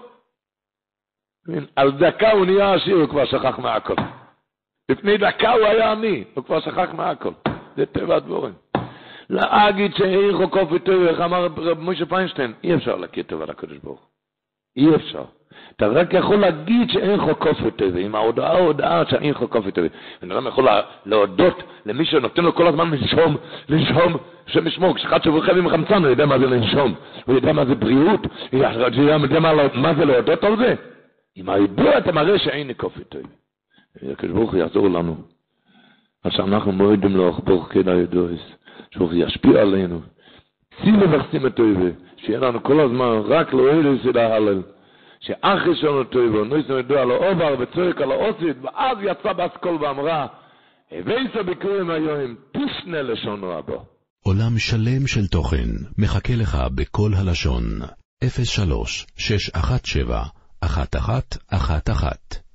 על דקה הוא נהיה עשיר, הוא כבר שכח מהכל. לפני דקה הוא היה עני, הוא כבר שכח מהכל. זה טבע הדבורים. להגיד שאיר חוקוף וטוב, איך אמר רב משה פיינשטיין, אי אפשר להכיר טוב על הקדוש ברוך. אי אפשר. אתה רק יכול להגיד שאין חוקוף וטוב, עם ההודעה שאין חוקוף וטוב. ואני לא יכול להודות למי שנותן לו כל הזמן לנשום, שמשמור, כשאחד שברחב עם חמצן, הוא יודע מה זה לנשום, הוא יודע מה זה בריאות, הוא יודע מה זה להודות על זה. עם הידוע אתה מראה שאין חוקוף וטוב. הקדוש ברוך הוא יעזור לנו. אז שאנחנו מועדים לו ברוך כדא ידועס. שהוא ישפיע עלינו, צילה וחסים את טויבה, שיהיה לנו כל הזמן רק לאוהל יסדה הלל, שאח ראשון טויבה, נויסנו ידוע על העובר וצועק על העושית, ואז יצא באסכול ואמרה, הבייסה ביקורים היום, תשנה לשונו הבא. עולם שלם של תוכן מחכה לך בכל הלשון, 03-617-1111